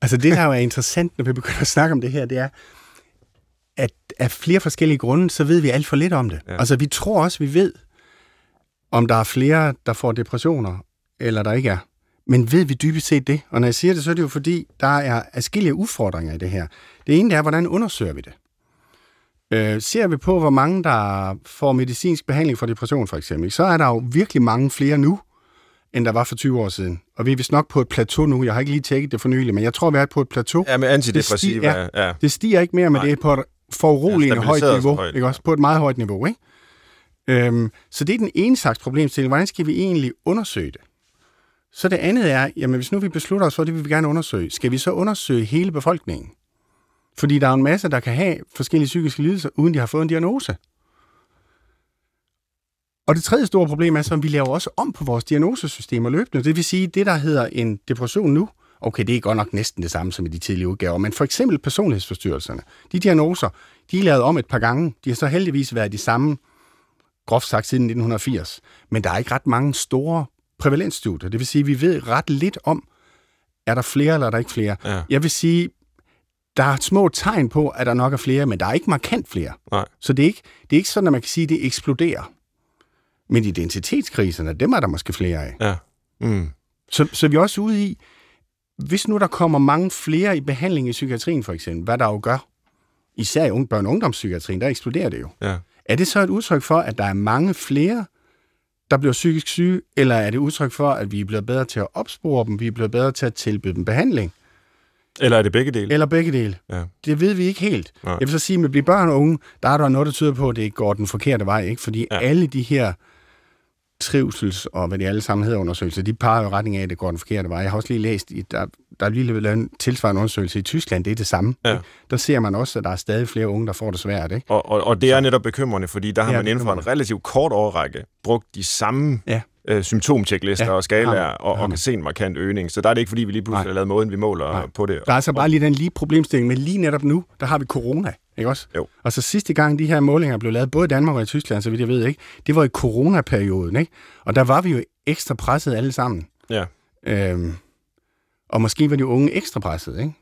Altså det, der jo er interessant, når vi begynder at snakke om det her, det er, at af flere forskellige grunde, så ved vi alt for lidt om det. Ja. Altså vi tror også, vi ved, om der er flere, der får depressioner, eller der ikke er. Men ved vi dybest set det? Og når jeg siger det, så er det jo fordi, der er adskillige udfordringer i det her. Det ene er, hvordan undersøger vi det? Øh, ser vi på, hvor mange, der får medicinsk behandling for depression, for eksempel, så er der jo virkelig mange flere nu, end der var for tyve år siden. Og vi er vist nok på et plateau nu. Jeg har ikke lige tjekket det for nylig, men jeg tror, vi er på et plateau. Ja, med antidepressiva. Det stiger, ja, ja. Det stiger ikke mere, men Nej. det er på et foruroligende ja, højt niveau. Højt, ikke? Også på et meget højt niveau. Ikke? Øhm, så det er den ene slags problemstilling. Hvordan skal vi egentlig undersøge det? Så det andet er, jamen hvis nu vi beslutter os for, det vil vi gerne undersøge, skal vi så undersøge hele befolkningen? Fordi der er en masse, der kan have forskellige psykiske lidelser, uden de har fået en diagnose. Og det tredje store problem er, så vi laver også om på vores diagnosesystemer løbende. Det vil sige, det der hedder en depression nu, okay, det er godt nok næsten det samme som i de tidlige udgaver, men for eksempel personlighedsforstyrrelserne, de diagnoser, de er lavet om et par gange. De har så heldigvis været de samme, groft sagt, siden nitten firs. Men der er ikke ret mange store prævalensstudier. Det vil sige, at vi ved ret lidt om, er der flere eller er der ikke flere. Ja. Jeg vil sige, der er små tegn på, at der nok er flere, men der er ikke markant flere. Nej. Så det er, ikke, det er ikke sådan, at man kan sige, at det eksploderer. Men identitetskriserne, dem er der måske flere af. Ja. Mm. Så, så vi er også ude i, hvis nu der kommer mange flere i behandling i psykiatrien for eksempel, hvad der jo gør, især i børne- og ungdomspsykiatrien, der eksploderer det jo. Ja. Er det så et udtryk for, at der er mange flere, der bliver psykisk syge, eller er det udtryk for, at vi er blevet bedre til at opspore dem, vi er blevet bedre til at tilbyde dem behandling? Eller er det begge dele? Eller begge dele. Ja. Det ved vi ikke helt. Nej. Jeg vil så sige, at med at blive børn og unge, der er der noget, der tyder på, at det ikke går den forkerte vej, ikke? Fordi ja. alle de her trivsels- og hvad de alle sammen hedder undersøgelser, de peger jo retning af, at det går den forkerte vej. Jeg har også lige læst, der, der er lige lavet en tilsvarende undersøgelse i Tyskland, det er det samme. Ja. Der ser man også, at der er stadig flere unge, der får det svært. Ikke? Og, og, og det er netop bekymrende, fordi der har man inden for en relativt kort årrække brugt de samme ja. øh, symptomtjeklister ja. og skalaer, ja. og, og kan se en markant øgning. Så der er det ikke, fordi vi lige pludselig har lavet måden, vi måler Nej. på det. Der er altså bare lige den lige problemstilling, men lige netop nu, der har vi corona. Ikke også? Jo. Og så sidste gang, de her målinger blev lavet, både i Danmark og i Tyskland, så vidt jeg ved, ikke, det var i coronaperioden, ikke? Og der var vi jo ekstra presset alle sammen. Ja. Øhm, og måske var de unge ekstra presset, ikke?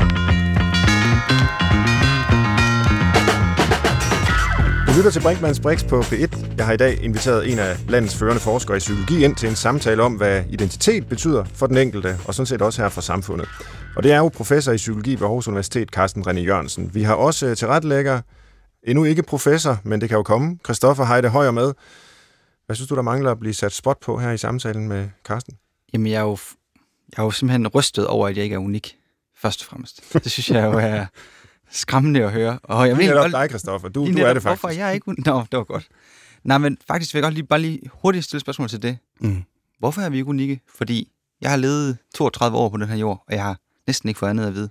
Du lytter til Brinkmanns Brix på P et. Jeg har i dag inviteret en af landets førende forskere i psykologi ind til en samtale om, hvad identitet betyder for den enkelte, og sådan set også her for samfundet. Og det er jo professor i psykologi ved Aarhus Universitet, Carsten René Jørgensen. Vi har også tilrettelægger, endnu ikke professor, men det kan jo komme, Christoffer Heide Højer med. Hvad synes du, der mangler at blive sat spot på her i samtalen med Carsten? Jamen, jeg er jo, jeg er jo simpelthen rystet over, at jeg ikke er unik, først og fremmest. Det synes jeg jo er skræmmende at høre. Og jeg det er dig, Christoffer. Du, du er det faktisk. Hvorfor jeg er ikke unik? Nå, det var godt. Nej, men faktisk vil jeg godt lige, bare lige hurtigt stille spørgsmål til det. Mm. Hvorfor er vi ikke unikke? Fordi jeg har levet toogtredive år på den her jord, og jeg har næsten ikke fået andet at vide.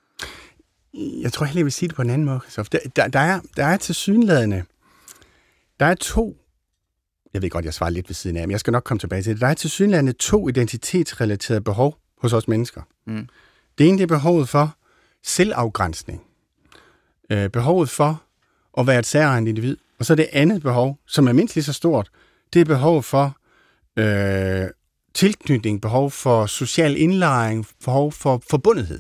Jeg tror heller, jeg vil sige det på en anden måde, Christoffer. Der, der, der, er, der er tilsyneladende, der er to, jeg ved godt, jeg svarer lidt ved siden af, men jeg skal nok komme tilbage til det. Der er tilsyneladende to identitetsrelaterede behov hos os mennesker. Mm. Det ene det er behovet for selvafgrænsning. Øh, behovet for at være et særligt individ. Og så det andet behov, som er mindst lige så stort, det er behov for øh, tilknytning, behov for social indlejring, behov for forbundethed.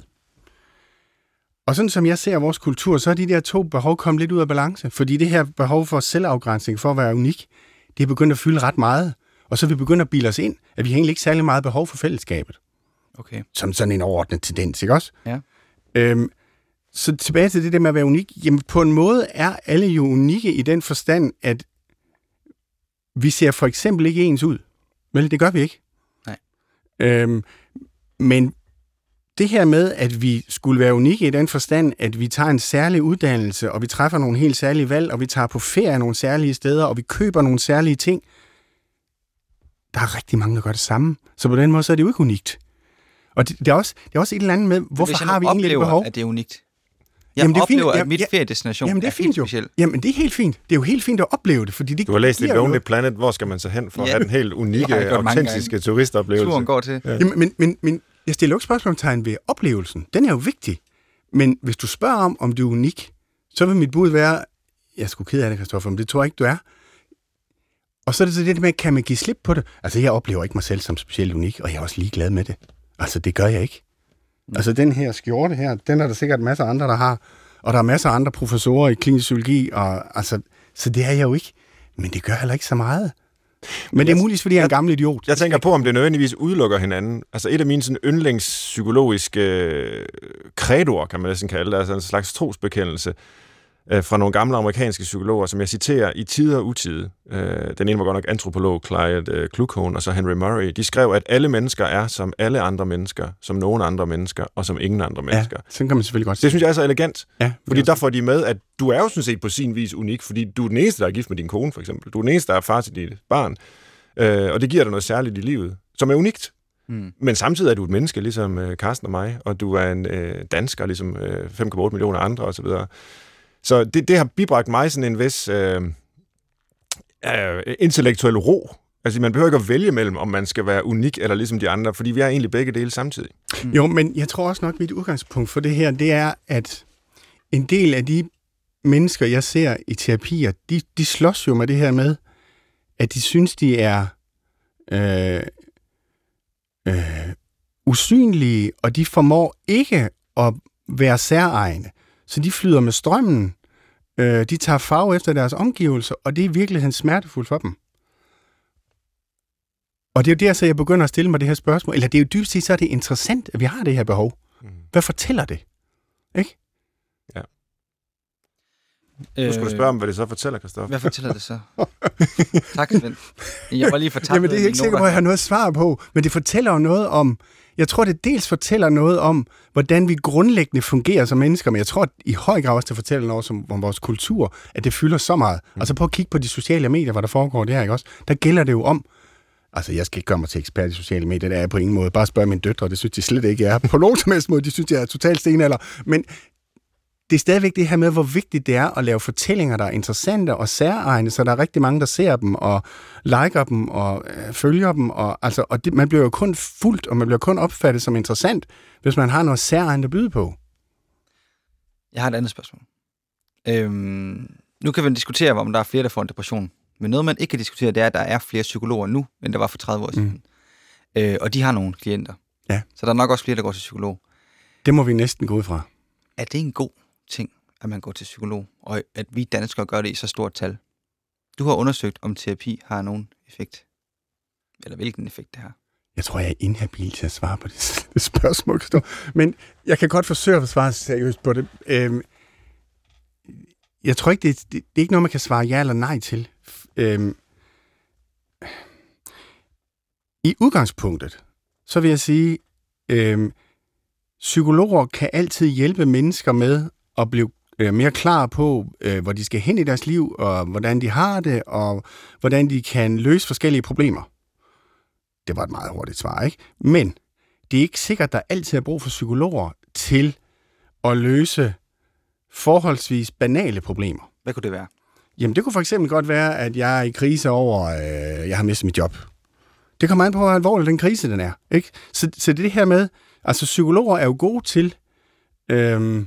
Og sådan som jeg ser vores kultur, så er de der to behov kommet lidt ud af balance, fordi det her behov for selvafgrænsning, for at være unik, det er begyndt at fylde ret meget, og så er vi begyndt at bilde os ind, at vi har egentlig ikke særlig meget behov for fællesskabet. Okay. Som sådan en overordnet tendens, ikke også? Ja. Øhm, så tilbage til det der med at være unik, jamen på en måde er alle jo unikke i den forstand, at vi ser for eksempel ikke ens ud. Vel, det gør vi ikke. Nej. Øhm, men det her med, at vi skulle være unikke i den forstand, at vi tager en særlig uddannelse, og vi træffer nogle helt særlige valg, og vi tager på ferie nogle særlige steder, og vi køber nogle særlige ting, der er rigtig mange, der gør det samme. Så på den måde, så er det jo ikke unikt. Og det, det, er, også, det er også et eller andet med, hvorfor har vi egentlig et behov? At det er unikt. Jeg jamen, det oplever, fint, at mit feriedestination jamen, det er, er helt speciel. Jamen, det er helt fint. Det er jo helt fint at opleve det, fordi det Du har læst lidt Lonely Planet. Hvor skal man så hen for ja. at have den helt unikke, autentiske turistoplevelse? Turen går til. Ja. Jamen, men, men, men jeg stiller jo ikke spørgsmålstegn ved oplevelsen. Den er jo vigtig. Men hvis du spørger om, om du er unik, så vil mit bud være, jeg er sgu ked af det, Christoffer, men det tror jeg ikke, du er. Og så er det så det med, kan man give slip på det? Altså, jeg oplever ikke mig selv som specielt unik, og jeg er også ligeglad med det. Altså, det gør jeg ikke. Mm. Altså den her skjorte her, den er der sikkert masser af andre, der har. Og der er masser af andre professorer i klinisk psykologi, og altså, så det er jeg jo ikke. Men det gør heller ikke så meget. Men, Men det er muligvis, fordi jeg er en gammel idiot. Jeg tænker på, om det nødvendigvis udelukker hinanden. Altså et af mine sådan yndlingspsykologiske credoer, kan man næsten kalde det, altså en slags trosbekendelse øh, fra nogle gamle amerikanske psykologer, som jeg citerer i Tid og Utide. Øh, den ene var godt nok antropolog, Clyde øh, Kluckhohn, og så Henry Murray. De skrev, at alle mennesker er som alle andre mennesker, som nogen andre mennesker, og som ingen andre mennesker. Ja, sådan kan man selvfølgelig godt sige. Det synes jeg er så elegant, ja, fordi der får de med, at du er jo sådan set på sin vis unik, fordi du er den eneste, der er gift med din kone, for eksempel. Du er den eneste, der er far til dit barn. Øh, og det giver dig noget særligt i livet, som er unikt. Mm. Men samtidig er du et menneske, ligesom øh, Carsten og mig, og du er en øh, dansker, ligesom øh, fem komma otte millioner andre osv. Så, så det, det har bibragt mig sådan en vis øh, øh, intellektuel ro. Altså, man behøver ikke at vælge mellem, om man skal være unik eller ligesom de andre, fordi vi er egentlig begge dele samtidig. Mm. Jo, men jeg tror også nok, mit udgangspunkt for det her, det er, at en del af de mennesker, jeg ser i terapier, de, de slås jo med det her med, at de synes, de er øh, øh, usynlige, og de formår ikke at være særegne. Så de flyder med strømmen, øh, de tager farve efter deres omgivelser, og det er i virkeligheden smertefuldt for dem. Og det er jo der, så jeg begynder at stille mig det her spørgsmål, eller det er jo dybest set, så er det interessant, at vi har det her behov. Hvad fortæller det? Ikke? Ja. Nu skal du spørge om, hvad det så fortæller, Christoffer. Hvad fortæller det så? Tak, Svend. Jeg var lige fortabt. Jamen, det er jeg ikke sikker på, at jeg har noget svar på, men det fortæller jo noget om, jeg tror, det dels fortæller noget om, hvordan vi grundlæggende fungerer som mennesker, men jeg tror, at i høj grad også, det fortæller noget om, om vores kultur, at det fylder så meget. Mm. Altså, prøv at kigge på de sociale medier, hvor der foregår det her, ikke også? Der gælder det jo om, altså, jeg skal ikke gøre mig til ekspert i sociale medier, det er jeg på ingen måde. Bare spørg mine døtre, det synes de slet ikke er. På nogen som helst måde, de synes, jeg er totalt stenalder. Men det er stadigvæk det her med, hvor vigtigt det er at lave fortællinger, der er interessante og særegne, så der er rigtig mange, der ser dem og liker dem og øh, følger dem. Og, altså, og det, man bliver jo kun fuldt, og man bliver kun opfattet som interessant, hvis man har noget særegne at byde på. Jeg har et andet spørgsmål. Øhm, nu kan vi diskutere, om der er flere, der får en depression. Men noget, man ikke kan diskutere, det er, at der er flere psykologer nu, end der var for tredive år siden. Mm. Øh, og de har nogle klienter. Ja. Så der er nok også flere, der går til psykolog. Det må vi næsten gå ud fra. Er det en god ting, at man går til psykolog, og at vi danskere gør det i så stort tal? Du har undersøgt, om terapi har nogen effekt. Eller hvilken effekt det har. Jeg tror, jeg er inhabil til at svare på det, det spørgsmål. Men jeg kan godt forsøge at svare seriøst på det. Øhm, jeg tror ikke, det, det, det er ikke noget, man kan svare ja eller nej til. Øhm, I udgangspunktet, så vil jeg sige, øhm, psykologer kan altid hjælpe mennesker med at blive øh, mere klar på, øh, hvor de skal hen i deres liv, og hvordan de har det, og hvordan de kan løse forskellige problemer. Det var et meget hurtigt svar, ikke? Men det er ikke sikkert, at der altid er brug for psykologer til at løse forholdsvis banale problemer. Hvad kunne det være? Jamen, det kunne for eksempel godt være, at jeg er i krise over, øh, jeg har mistet mit job. Det kommer an på, hvor alvorlig den krise den er, ikke? Så, så det her med, altså psykologer er jo gode til øhm,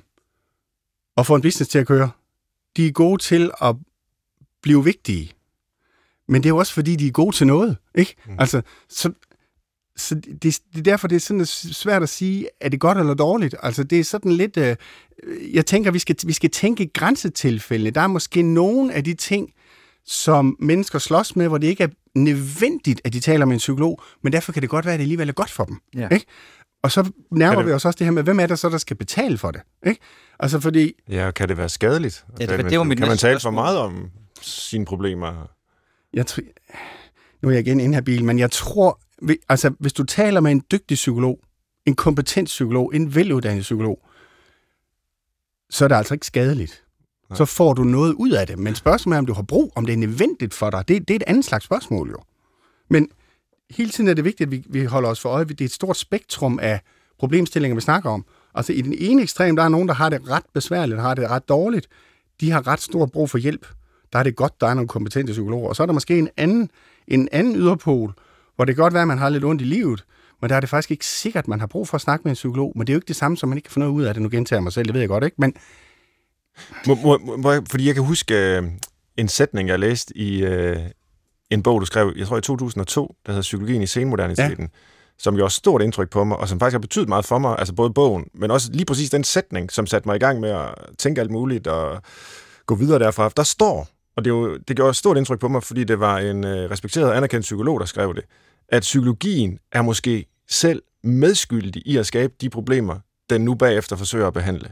at få en business til at køre. De er gode til at blive vigtige. Men det er jo også, fordi de er gode til noget, ikke? Mm. Altså, så, så det, det er derfor, det er sådan svært at sige, er det godt eller dårligt? Altså, det er sådan lidt, øh, jeg tænker, vi skal, vi skal tænke grænsetilfælde. Der er måske nogle af de ting, som mennesker slås med, hvor det ikke er nødvendigt, at de taler med en psykolog, men derfor kan det godt være, at det alligevel er godt for dem, ja. Ikke? Og så nærmer det... vi os også det her med, hvem er det så, der skal betale for det? Ikke? Altså fordi... Ja, kan det være skadeligt? Ja, det, det var mit kan man tale for meget om sine problemer? Jeg tror... Nu er jeg igen inhabil, men jeg tror... Altså, hvis du taler med en dygtig psykolog, en kompetent psykolog, en veluddannet psykolog, så er det altså ikke skadeligt. Nej. Så får du noget ud af det. Men spørgsmålet er, om du har brug, om det er nødvendigt for dig, det, det er et andet slags spørgsmål jo. Men hele tiden er det vigtigt, at vi, vi holder os for øje. Det er et stort spektrum af problemstillinger, vi snakker om. Altså i den ene ekstrem, der er nogen, der har det ret besværligt, har det ret dårligt. De har ret stort brug for hjælp. Der er det godt, der er nogle kompetente psykologer. Og så er der måske en anden, en anden yderpol, hvor det kan godt være, at man har lidt ondt i livet, men der er det faktisk ikke sikkert, at man har brug for at snakke med en psykolog. Men det er jo ikke det samme, som man ikke kan få noget ud af det. Nu gentager jeg mig selv, det ved jeg godt, ikke? Men... Må, må, må jeg, fordi jeg kan huske uh, en sætning, jeg læste i uh, en bog, du skrev, jeg tror i to tusind og to, der hedder Psykologien i senmoderniteten, som gjorde stort indtryk på mig, og som faktisk har betydet meget for mig, altså både bogen, men også lige præcis den sætning, som satte mig i gang med at tænke alt muligt og gå videre derfra. Der står, og det, er jo, det gjorde stort indtryk på mig, fordi det var en øh, respekteret og anerkendt psykolog, der skrev det, at psykologien er måske selv medskyldig i at skabe de problemer, den nu bagefter forsøger at behandle.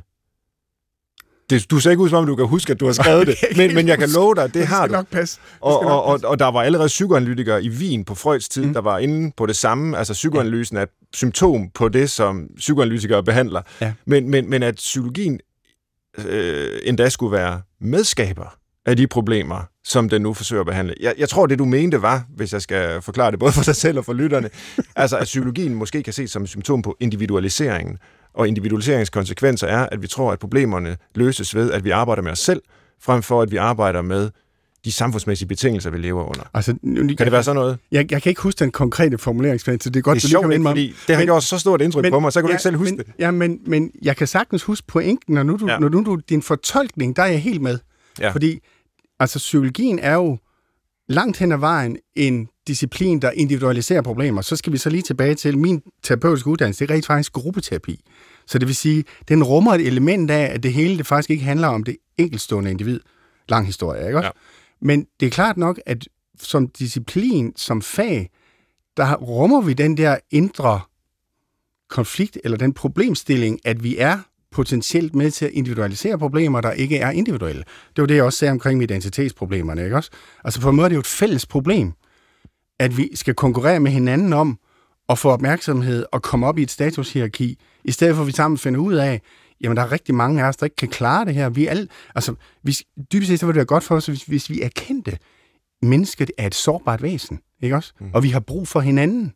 Det, du ser ikke ud, som om du kan huske, at du har skrevet det, men, men jeg kan love dig, det, det har du. Nok passe. Det og, og, og, og der var allerede psykoanalytikere i Wien på Freuds tid, mm. der var inde på det samme. Altså psykoanalysen er et symptom på det, som psykoanalytikere behandler. Ja. Men, men, men at psykologien øh, endda skulle være medskaber af de problemer, som den nu forsøger at behandle. Jeg, jeg tror, det du mente var, hvis jeg skal forklare det både for dig selv og for lytterne, altså at psykologien måske kan ses som et symptom på individualiseringen. Og individualiseringens konsekvenser er, at vi tror, at problemerne løses ved, at vi arbejder med os selv, frem for at vi arbejder med de samfundsmæssige betingelser, vi lever under. Altså, nu, kan jeg, det være sådan noget? Jeg, jeg kan ikke huske den konkrete formuleringsplan, så det er godt, det er sjovt, ikke, fordi det har men, gjort så stort indtryk men, på mig, så kan ja, du ikke selv huske men, det. Ja, men, men jeg kan sagtens huske pointen, når nu du, ja. når nu du din fortolkning, der er jeg helt med. Ja. Fordi altså, psykologien er jo langt hen ad vejen en disciplin, der individualiserer problemer. Så skal vi så lige tilbage til min terapeutiske uddannelse. Det er rigtig faktisk gruppeterapi. Så det vil sige, den rummer et element af, at det hele det faktisk ikke handler om det enkeltstående individ. Lang historie, ikke også? Ja. Men det er klart nok, at som disciplin, som fag, der rummer vi den der indre konflikt, eller den problemstilling, at vi er potentielt med til at individualisere problemer, der ikke er individuelle. Det var det, jeg også sagde omkring identitetsproblemerne, ikke også? Altså på en måde er det jo et fælles problem, at vi skal konkurrere med hinanden om at få opmærksomhed og komme op i et statushierarki, i stedet for at vi sammen finder ud af, jamen der er rigtig mange af os, der ikke kan klare det her. Vi er alle, altså, hvis, dybest set så vil det være godt for os, hvis, hvis vi erkendte, mennesket er et sårbart væsen, ikke også? Mm. Og vi har brug for hinanden.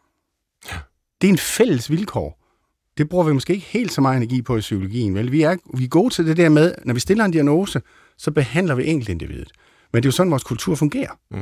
Det er en fælles vilkår. Det bruger vi måske ikke helt så meget energi på i psykologien, vel? Vi er, vi er gode til det der med, når vi stiller en diagnose, så behandler vi enkeltindividet. Men det er jo sådan, vores kultur fungerer. Mm.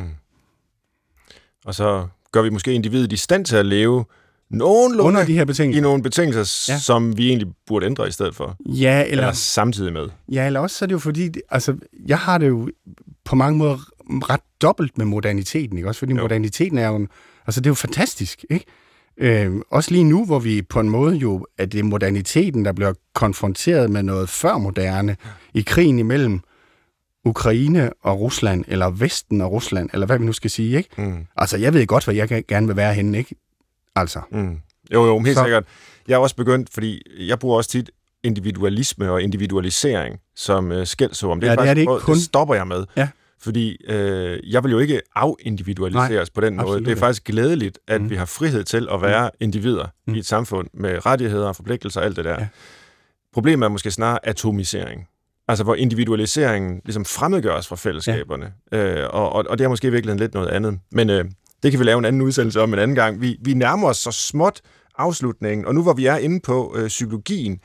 Og så gør vi måske individet i stand til at leve nogenlunde under de her betingelser. I nogle betingelser, ja. Som vi egentlig burde ændre i stedet for. Ja, eller, eller samtidig med. Ja, eller også så er det jo fordi, altså, jeg har det jo på mange måder ret dobbelt med moderniteten, ikke? Også fordi jo. Moderniteten er jo, en, altså det er jo fantastisk, ikke? Øh, også lige nu, hvor vi på en måde jo, at det er moderniteten, der bliver konfronteret med noget førmoderne ja. I krigen imellem Ukraine og Rusland, eller Vesten og Rusland, eller hvad vi nu skal sige, ikke? Mm. Altså, jeg ved godt, hvad jeg gerne vil være henne, ikke? Altså. Mm. Jo, jo, helt så. Sikkert. Jeg er også begyndt, fordi jeg bruger også tit individualisme og individualisering som uh, skældsord. Det, er ja, faktisk, det, er det, ikke kun... det stopper jeg med. Ja. Fordi øh, jeg vil jo ikke afindividualiseres Nej, på den måde. Det er faktisk glædeligt, at mm. vi har frihed til at være mm. individer mm. i et samfund med rettigheder og forpligtelser og alt det der. Ja. Problemet er måske snarere atomisering. Altså hvor individualiseringen ligesom fremmedgøres fra fællesskaberne. Ja. Øh, og, og, og det er måske i virkeligheden lidt noget andet. Men øh, det kan vi lave en anden udsendelse om en anden gang. Vi, vi nærmer os så småt afslutningen, og nu hvor vi er inde på øh, psykologien,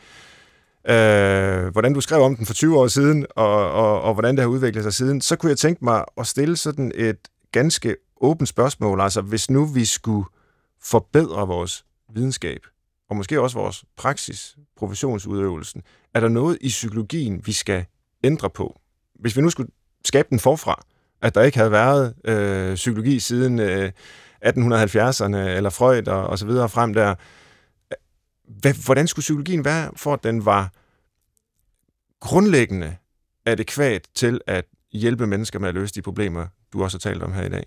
øh, hvordan du skrev om den for tyve år siden, og, og, og hvordan det har udviklet sig siden, så kunne jeg tænke mig at stille sådan et ganske åbent spørgsmål. Altså hvis nu vi skulle forbedre vores videnskab, og måske også vores praksis, professionsudøvelsen, er der noget i psykologien, vi skal ændre på? Hvis vi nu skulle skabe den forfra, at der ikke havde været øh, psykologi siden øh, atten halvfjerdserne, eller Freud og, og så videre frem der, hvordan skulle psykologien være, for at den var grundlæggende adækvat til at hjælpe mennesker med at løse de problemer, du også har talt om her i dag?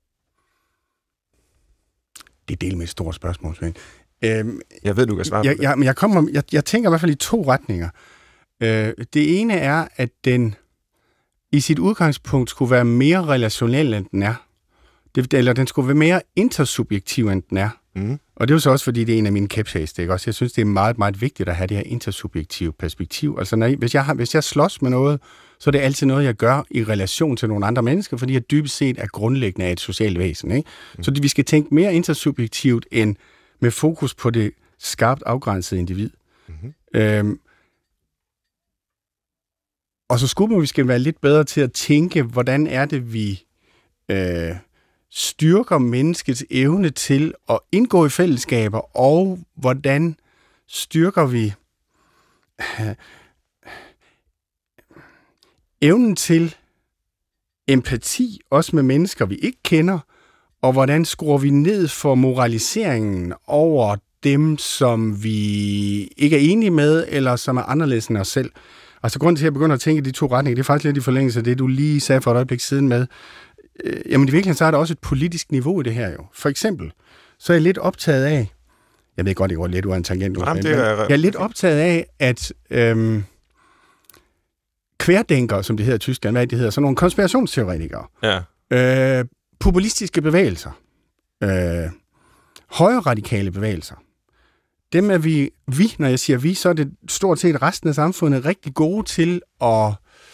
Det er del med et stort spørgsmål, Svend. Øhm, jeg ved, du kan svare jeg, på det. Jeg, jeg, kommer, jeg, jeg tænker i hvert fald i to retninger. Øh, det ene er, at den i sit udgangspunkt skulle være mere relationel, end den er. Det, eller den skulle være mere intersubjektiv, end den er. Mm. Og det er jo så også, fordi det er en af mine kæpheste, ikke også? Jeg synes, det er meget, meget vigtigt at have det her intersubjektive perspektiv. Altså, når jeg, hvis, jeg har, hvis jeg slås med noget, så er det altid noget, jeg gør i relation til nogle andre mennesker, fordi jeg dybest set er grundlæggende af et socialt væsen, ikke? Mm. Så det, vi skal tænke mere intersubjektivt, end med fokus på det skarpt afgrænsede individ. Mm-hmm. Øhm, og så skulle man måske være lidt bedre til at tænke, hvordan er det, vi øh, styrker menneskets evne til at indgå i fællesskaber, og hvordan styrker vi øh, evnen til empati, også med mennesker, vi ikke kender, og hvordan skruer vi ned for moraliseringen over dem, som vi ikke er enige med, eller som er anderledes end os selv. Altså grunden til, at jeg begynder at tænke i de to retninger, det er faktisk lidt i forlængelse af det, du lige sagde for et øjeblik siden med. Øh, jamen i virkeligheden så er der også et politisk niveau i det her jo. For eksempel, så er jeg lidt optaget af, jeg ved godt, det går lidt ud af en tangent, Jamen, men, det er, jeg er lidt optaget af, at øhm, kværdenker, som det hedder i Tyskland, hvad det hedder, sådan nogle konspirationsteoretikere, ja. øh, populistiske bevægelser, øh, højre radikale bevægelser, dem er vi, vi, når jeg siger vi, så er det stort set resten af samfundet rigtig gode til at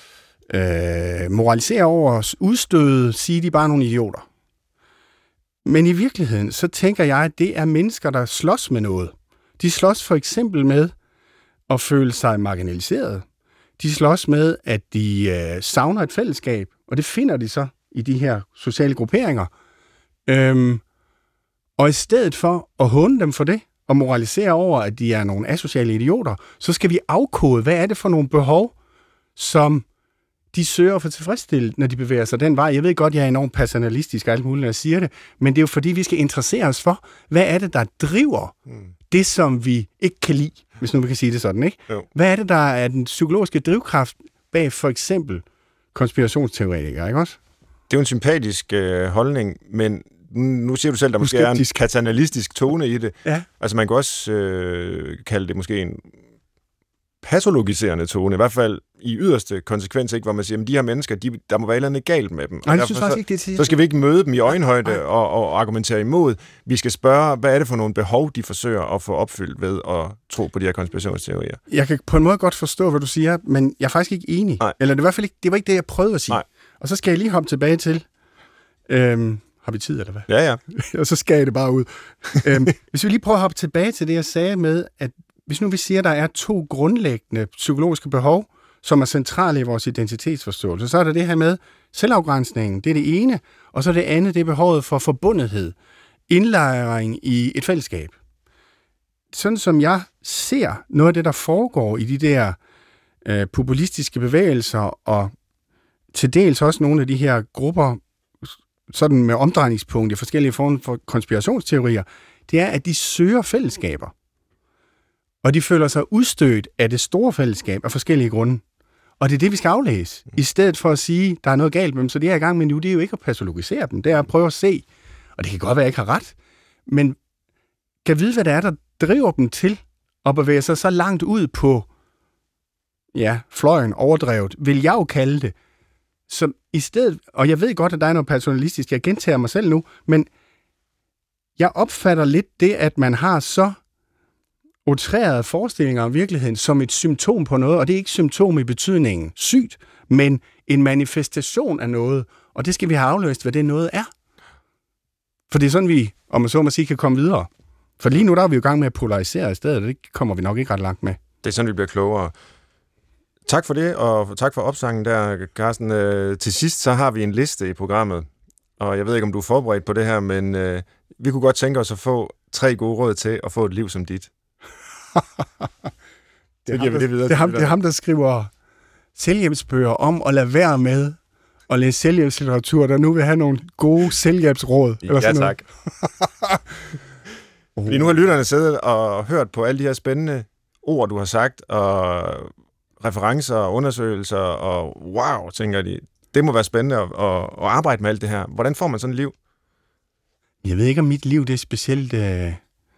øh, moralisere over os, udstøde, sige, de er bare nogle idioter. Men i virkeligheden, så tænker jeg, at det er mennesker, der slås med noget. De slås for eksempel med at føle sig marginaliseret. De slås med, at de øh, savner et fællesskab, og det finder de så i de her sociale grupperinger. Øhm, og i stedet for at håne dem for det, og moralisere over, at de er nogle asociale idioter, så skal vi afkode, hvad er det for nogle behov, som de søger at få tilfredsstillet, når de bevæger sig den vej. Jeg ved godt, jeg er enormt personalistisk og alt muligt, når jeg siger det, men det er jo fordi, vi skal interessere os for, hvad er det, der driver mm. det, som vi ikke kan lide, hvis nu vi kan sige det sådan, ikke? Jo. Hvad er det, der er den psykologiske drivkraft bag for eksempel konspirationsteoretikere, ikke også? Det er jo en sympatisk øh, holdning, men nu siger du selv, der måske er en paternalistisk tone i det. Ja. Altså man kan også øh, kalde det måske en patologiserende tone, i hvert fald i yderste konsekvens, ikke, hvor man siger, at de her mennesker, de, der må være et eller andet galt med dem. Nej, jeg synes faktisk ikke, det så, så skal vi ikke møde dem i øjenhøjde og, og argumentere imod. Vi skal spørge, hvad er det for nogle behov, de forsøger at få opfyldt ved at tro på de her konspirationsteorier. Jeg kan på en måde godt forstå, hvad du siger, men jeg er faktisk ikke enig. Nej. Eller det, var i hvert fald ikke, det var ikke det, jeg prøvede at sige. Nej. Og så skal jeg lige hoppe tilbage til... Øhm, har vi tid, eller hvad? Ja, ja. Og så skal jeg det bare ud. øhm, hvis vi lige prøver at hoppe tilbage til det, jeg sagde med, at hvis nu vi siger, at der er to grundlæggende psykologiske behov, som er centrale i vores identitetsforståelse, så er der det her med selvafgrænsningen, det er det ene, og så det andet, det er behovet for forbundethed, indlejring i et fællesskab. Sådan som jeg ser noget af det, der foregår i de der øh, populistiske bevægelser, og til dels også nogle af de her grupper, sådan med omdrejningspunkt i forskellige former for konspirationsteorier, det er, at de søger fællesskaber. Og de føler sig udstødt af det store fællesskab af forskellige grunde. Og det er det, vi skal aflæse. I stedet for at sige, at der er noget galt med dem, så det er i gang med nu, det er jo ikke at patologisere dem. Det er at prøve at se, og det kan godt være, at jeg ikke har ret, men kan vide, hvad det er, der driver dem til at bevæge sig så langt ud på ja, fløjen, overdrevet, vil jeg jo kalde det. Som i stedet, og jeg ved godt, at der er noget personalistisk, jeg gentager mig selv nu, men jeg opfatter lidt det, at man har så outrerede forestillinger om virkeligheden som et symptom på noget, og det er ikke symptom i betydningen sygt, men en manifestation af noget, og det skal vi have afløst, hvad det noget er. For det er sådan, vi, om man så må sige, kan komme videre. For lige nu der er vi jo i gang med at polarisere i stedet, og det kommer vi nok ikke ret langt med. Det er sådan, vi bliver klogere. Tak for det, og tak for opsangen der, Carsten. Øh, til sidst så har vi en liste i programmet, og jeg ved ikke, om du er forberedt på det her, men øh, vi kunne godt tænke os at få tre gode råd til at få et liv som dit. det, er ham, det, det, det, er ham, det er ham, der skriver selvhjælpsbøger om at lade være med at læse selvhjælpslitteratur, der nu vil have nogle gode selvhjælpsråd. Eller ja, tak. Fordi nu har lytterne siddet og hørt på alle de her spændende ord, du har sagt, og referencer og undersøgelser, og wow, tænker de, det må være spændende at, at, at arbejde med alt det her. Hvordan får man sådan et liv? Jeg ved ikke, om mit liv det er specielt øh,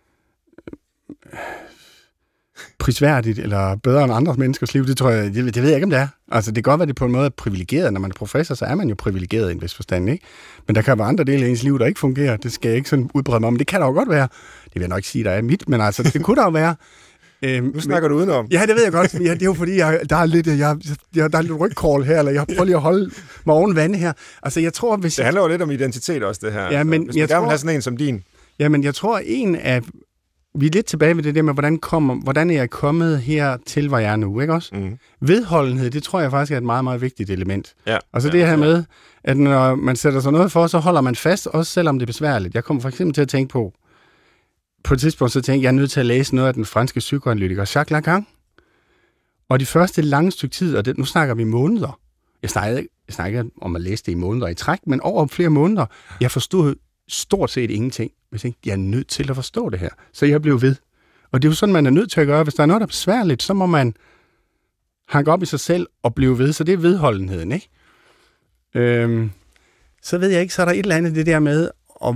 prisværdigt, eller bedre end andres menneskers liv. Det tror jeg, det, det ved jeg ikke, om det er. Altså, det kan godt være, det på en måde er privilegeret. Når man er professor, så er man jo privilegeret i en vis forstand, ikke? Men der kan være andre dele af ens liv, der ikke fungerer. Det skal jeg ikke sådan udbrede mig om. Det kan der jo godt være. Det vil jeg nok ikke sige, der er mit, men altså, det kunne der jo være. Øhm, nu snakker men, du udenom. Ja, det ved jeg godt. Ja, det er jo fordi, jeg, der er lidt, jeg, jeg, der er lidt rygkål her, eller jeg prøver lige at holde mig oven vande her. Altså, jeg tror, hvis... Det handler jo lidt om identitet også, det her. Ja, men hvis man jeg gerne tror, vil have sådan en som din. Ja, men jeg tror, en af... Vi er lidt tilbage ved det der med, hvordan, kommer, hvordan er jeg kommet her til, hvor jeg er nu, ikke også? Mm. Vedholdenhed, det tror jeg faktisk er et meget, meget vigtigt element. Ja. Og så det her med, at når man sætter sig noget for, så holder man fast, også selvom det er besværligt. Jeg kommer for eksempel til at tænke på, på et tidspunkt så tænkte jeg, jeg er nødt til at læse noget af den franske psykoanalytiker Jacques Lacan. Og de første lange stykke tid, og det, nu snakker vi måneder. Jeg snakker, jeg snakker om at læse det i måneder i træk, men over flere måneder, jeg forstod stort set ingenting. Jeg tænkte, jeg er nødt til at forstå det her. Så jeg blev ved. Og det er jo sådan, man er nødt til at gøre. Hvis der er noget, der er besværligt, så må man hanke op i sig selv og blive ved. Så det er vedholdenheden, ikke? Øhm, så ved jeg ikke, så er der et eller andet det der med at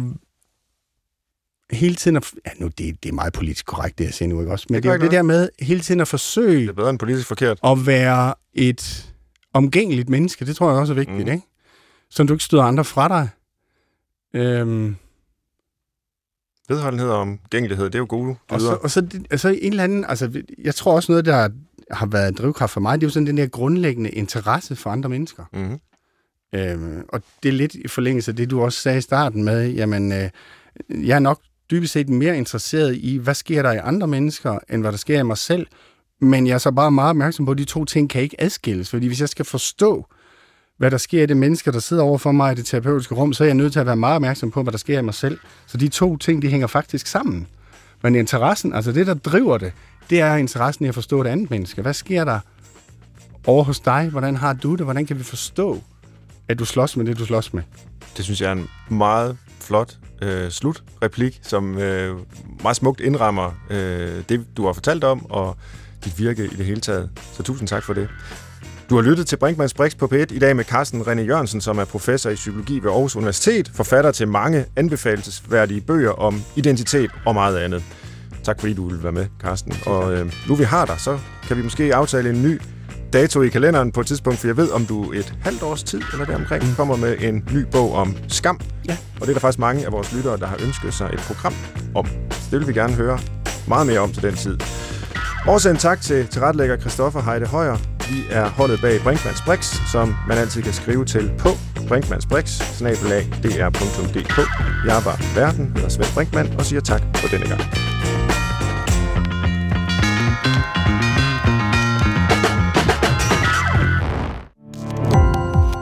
hele tiden at... Ja, nu, det, det er meget politisk korrekt, det jeg siger nu, ikke også? Men det, det er det der med hele tiden at forsøge... Det er bedre end politisk forkert. At være et omgængeligt menneske, det tror jeg også er vigtigt, mm. ikke? Så du ikke støder andre fra dig. Øhm, Vedholdenhed og omgængelighed, det er jo gode og så, og så altså en eller anden... Altså, jeg tror også noget, der har været en drivkraft for mig, det er jo sådan den der grundlæggende interesse for andre mennesker. Mm. Øhm, og det er lidt i forlængelse af det, du også sagde i starten med, jamen, øh, jeg er nok dybest set mere interesseret i, hvad sker der i andre mennesker, end hvad der sker i mig selv. Men jeg er så bare meget opmærksom på, at de to ting kan ikke adskilles. Fordi hvis jeg skal forstå, hvad der sker i det mennesker, der sidder over for mig i det terapeutiske rum, så er jeg nødt til at være meget opmærksom på, hvad der sker i mig selv. Så de to ting, de hænger faktisk sammen. Men interessen, altså det, der driver det, det er interessen i at forstå det andet menneske. Hvad sker der over hos dig? Hvordan har du det? Hvordan kan vi forstå, at du slås med det, du slås med? Det synes jeg er en meget flot øh, slutreplik, som øh, meget smukt indrammer øh, det, du har fortalt om, og dit virke i det hele taget. Så tusind tak for det. Du har lyttet til Brinkmanns Brix på P et i dag med Carsten René Jørgensen, som er professor i psykologi ved Aarhus Universitet, forfatter til mange anbefalelsesværdige bøger om identitet og meget andet. Tak fordi du ville være med, Carsten. Og øh, nu vi har dig, så kan vi måske aftale en ny dato i kalenderen på et tidspunkt, for jeg ved, om du et halvt års tid eller deromkring mm. kommer med en ny bog om skam. Ja. Og det er der faktisk mange af vores lyttere, der har ønsket sig et program om. Så det vil vi gerne høre meget mere om til den tid. Også en tak til tilrettelægger Christoffer Heide Højer. Vi er holdet bag Brinkmanns Brix, som man altid kan skrive til på brinkmannsbrix snabel-a d r punktum d k. Jeg var verden, hedder Svend Brinkmann, og siger tak for denne gang.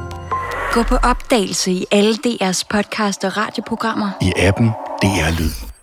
Gå på opdagelse i alle D R's podcast og radioprogrammer. I appen D R Lyd.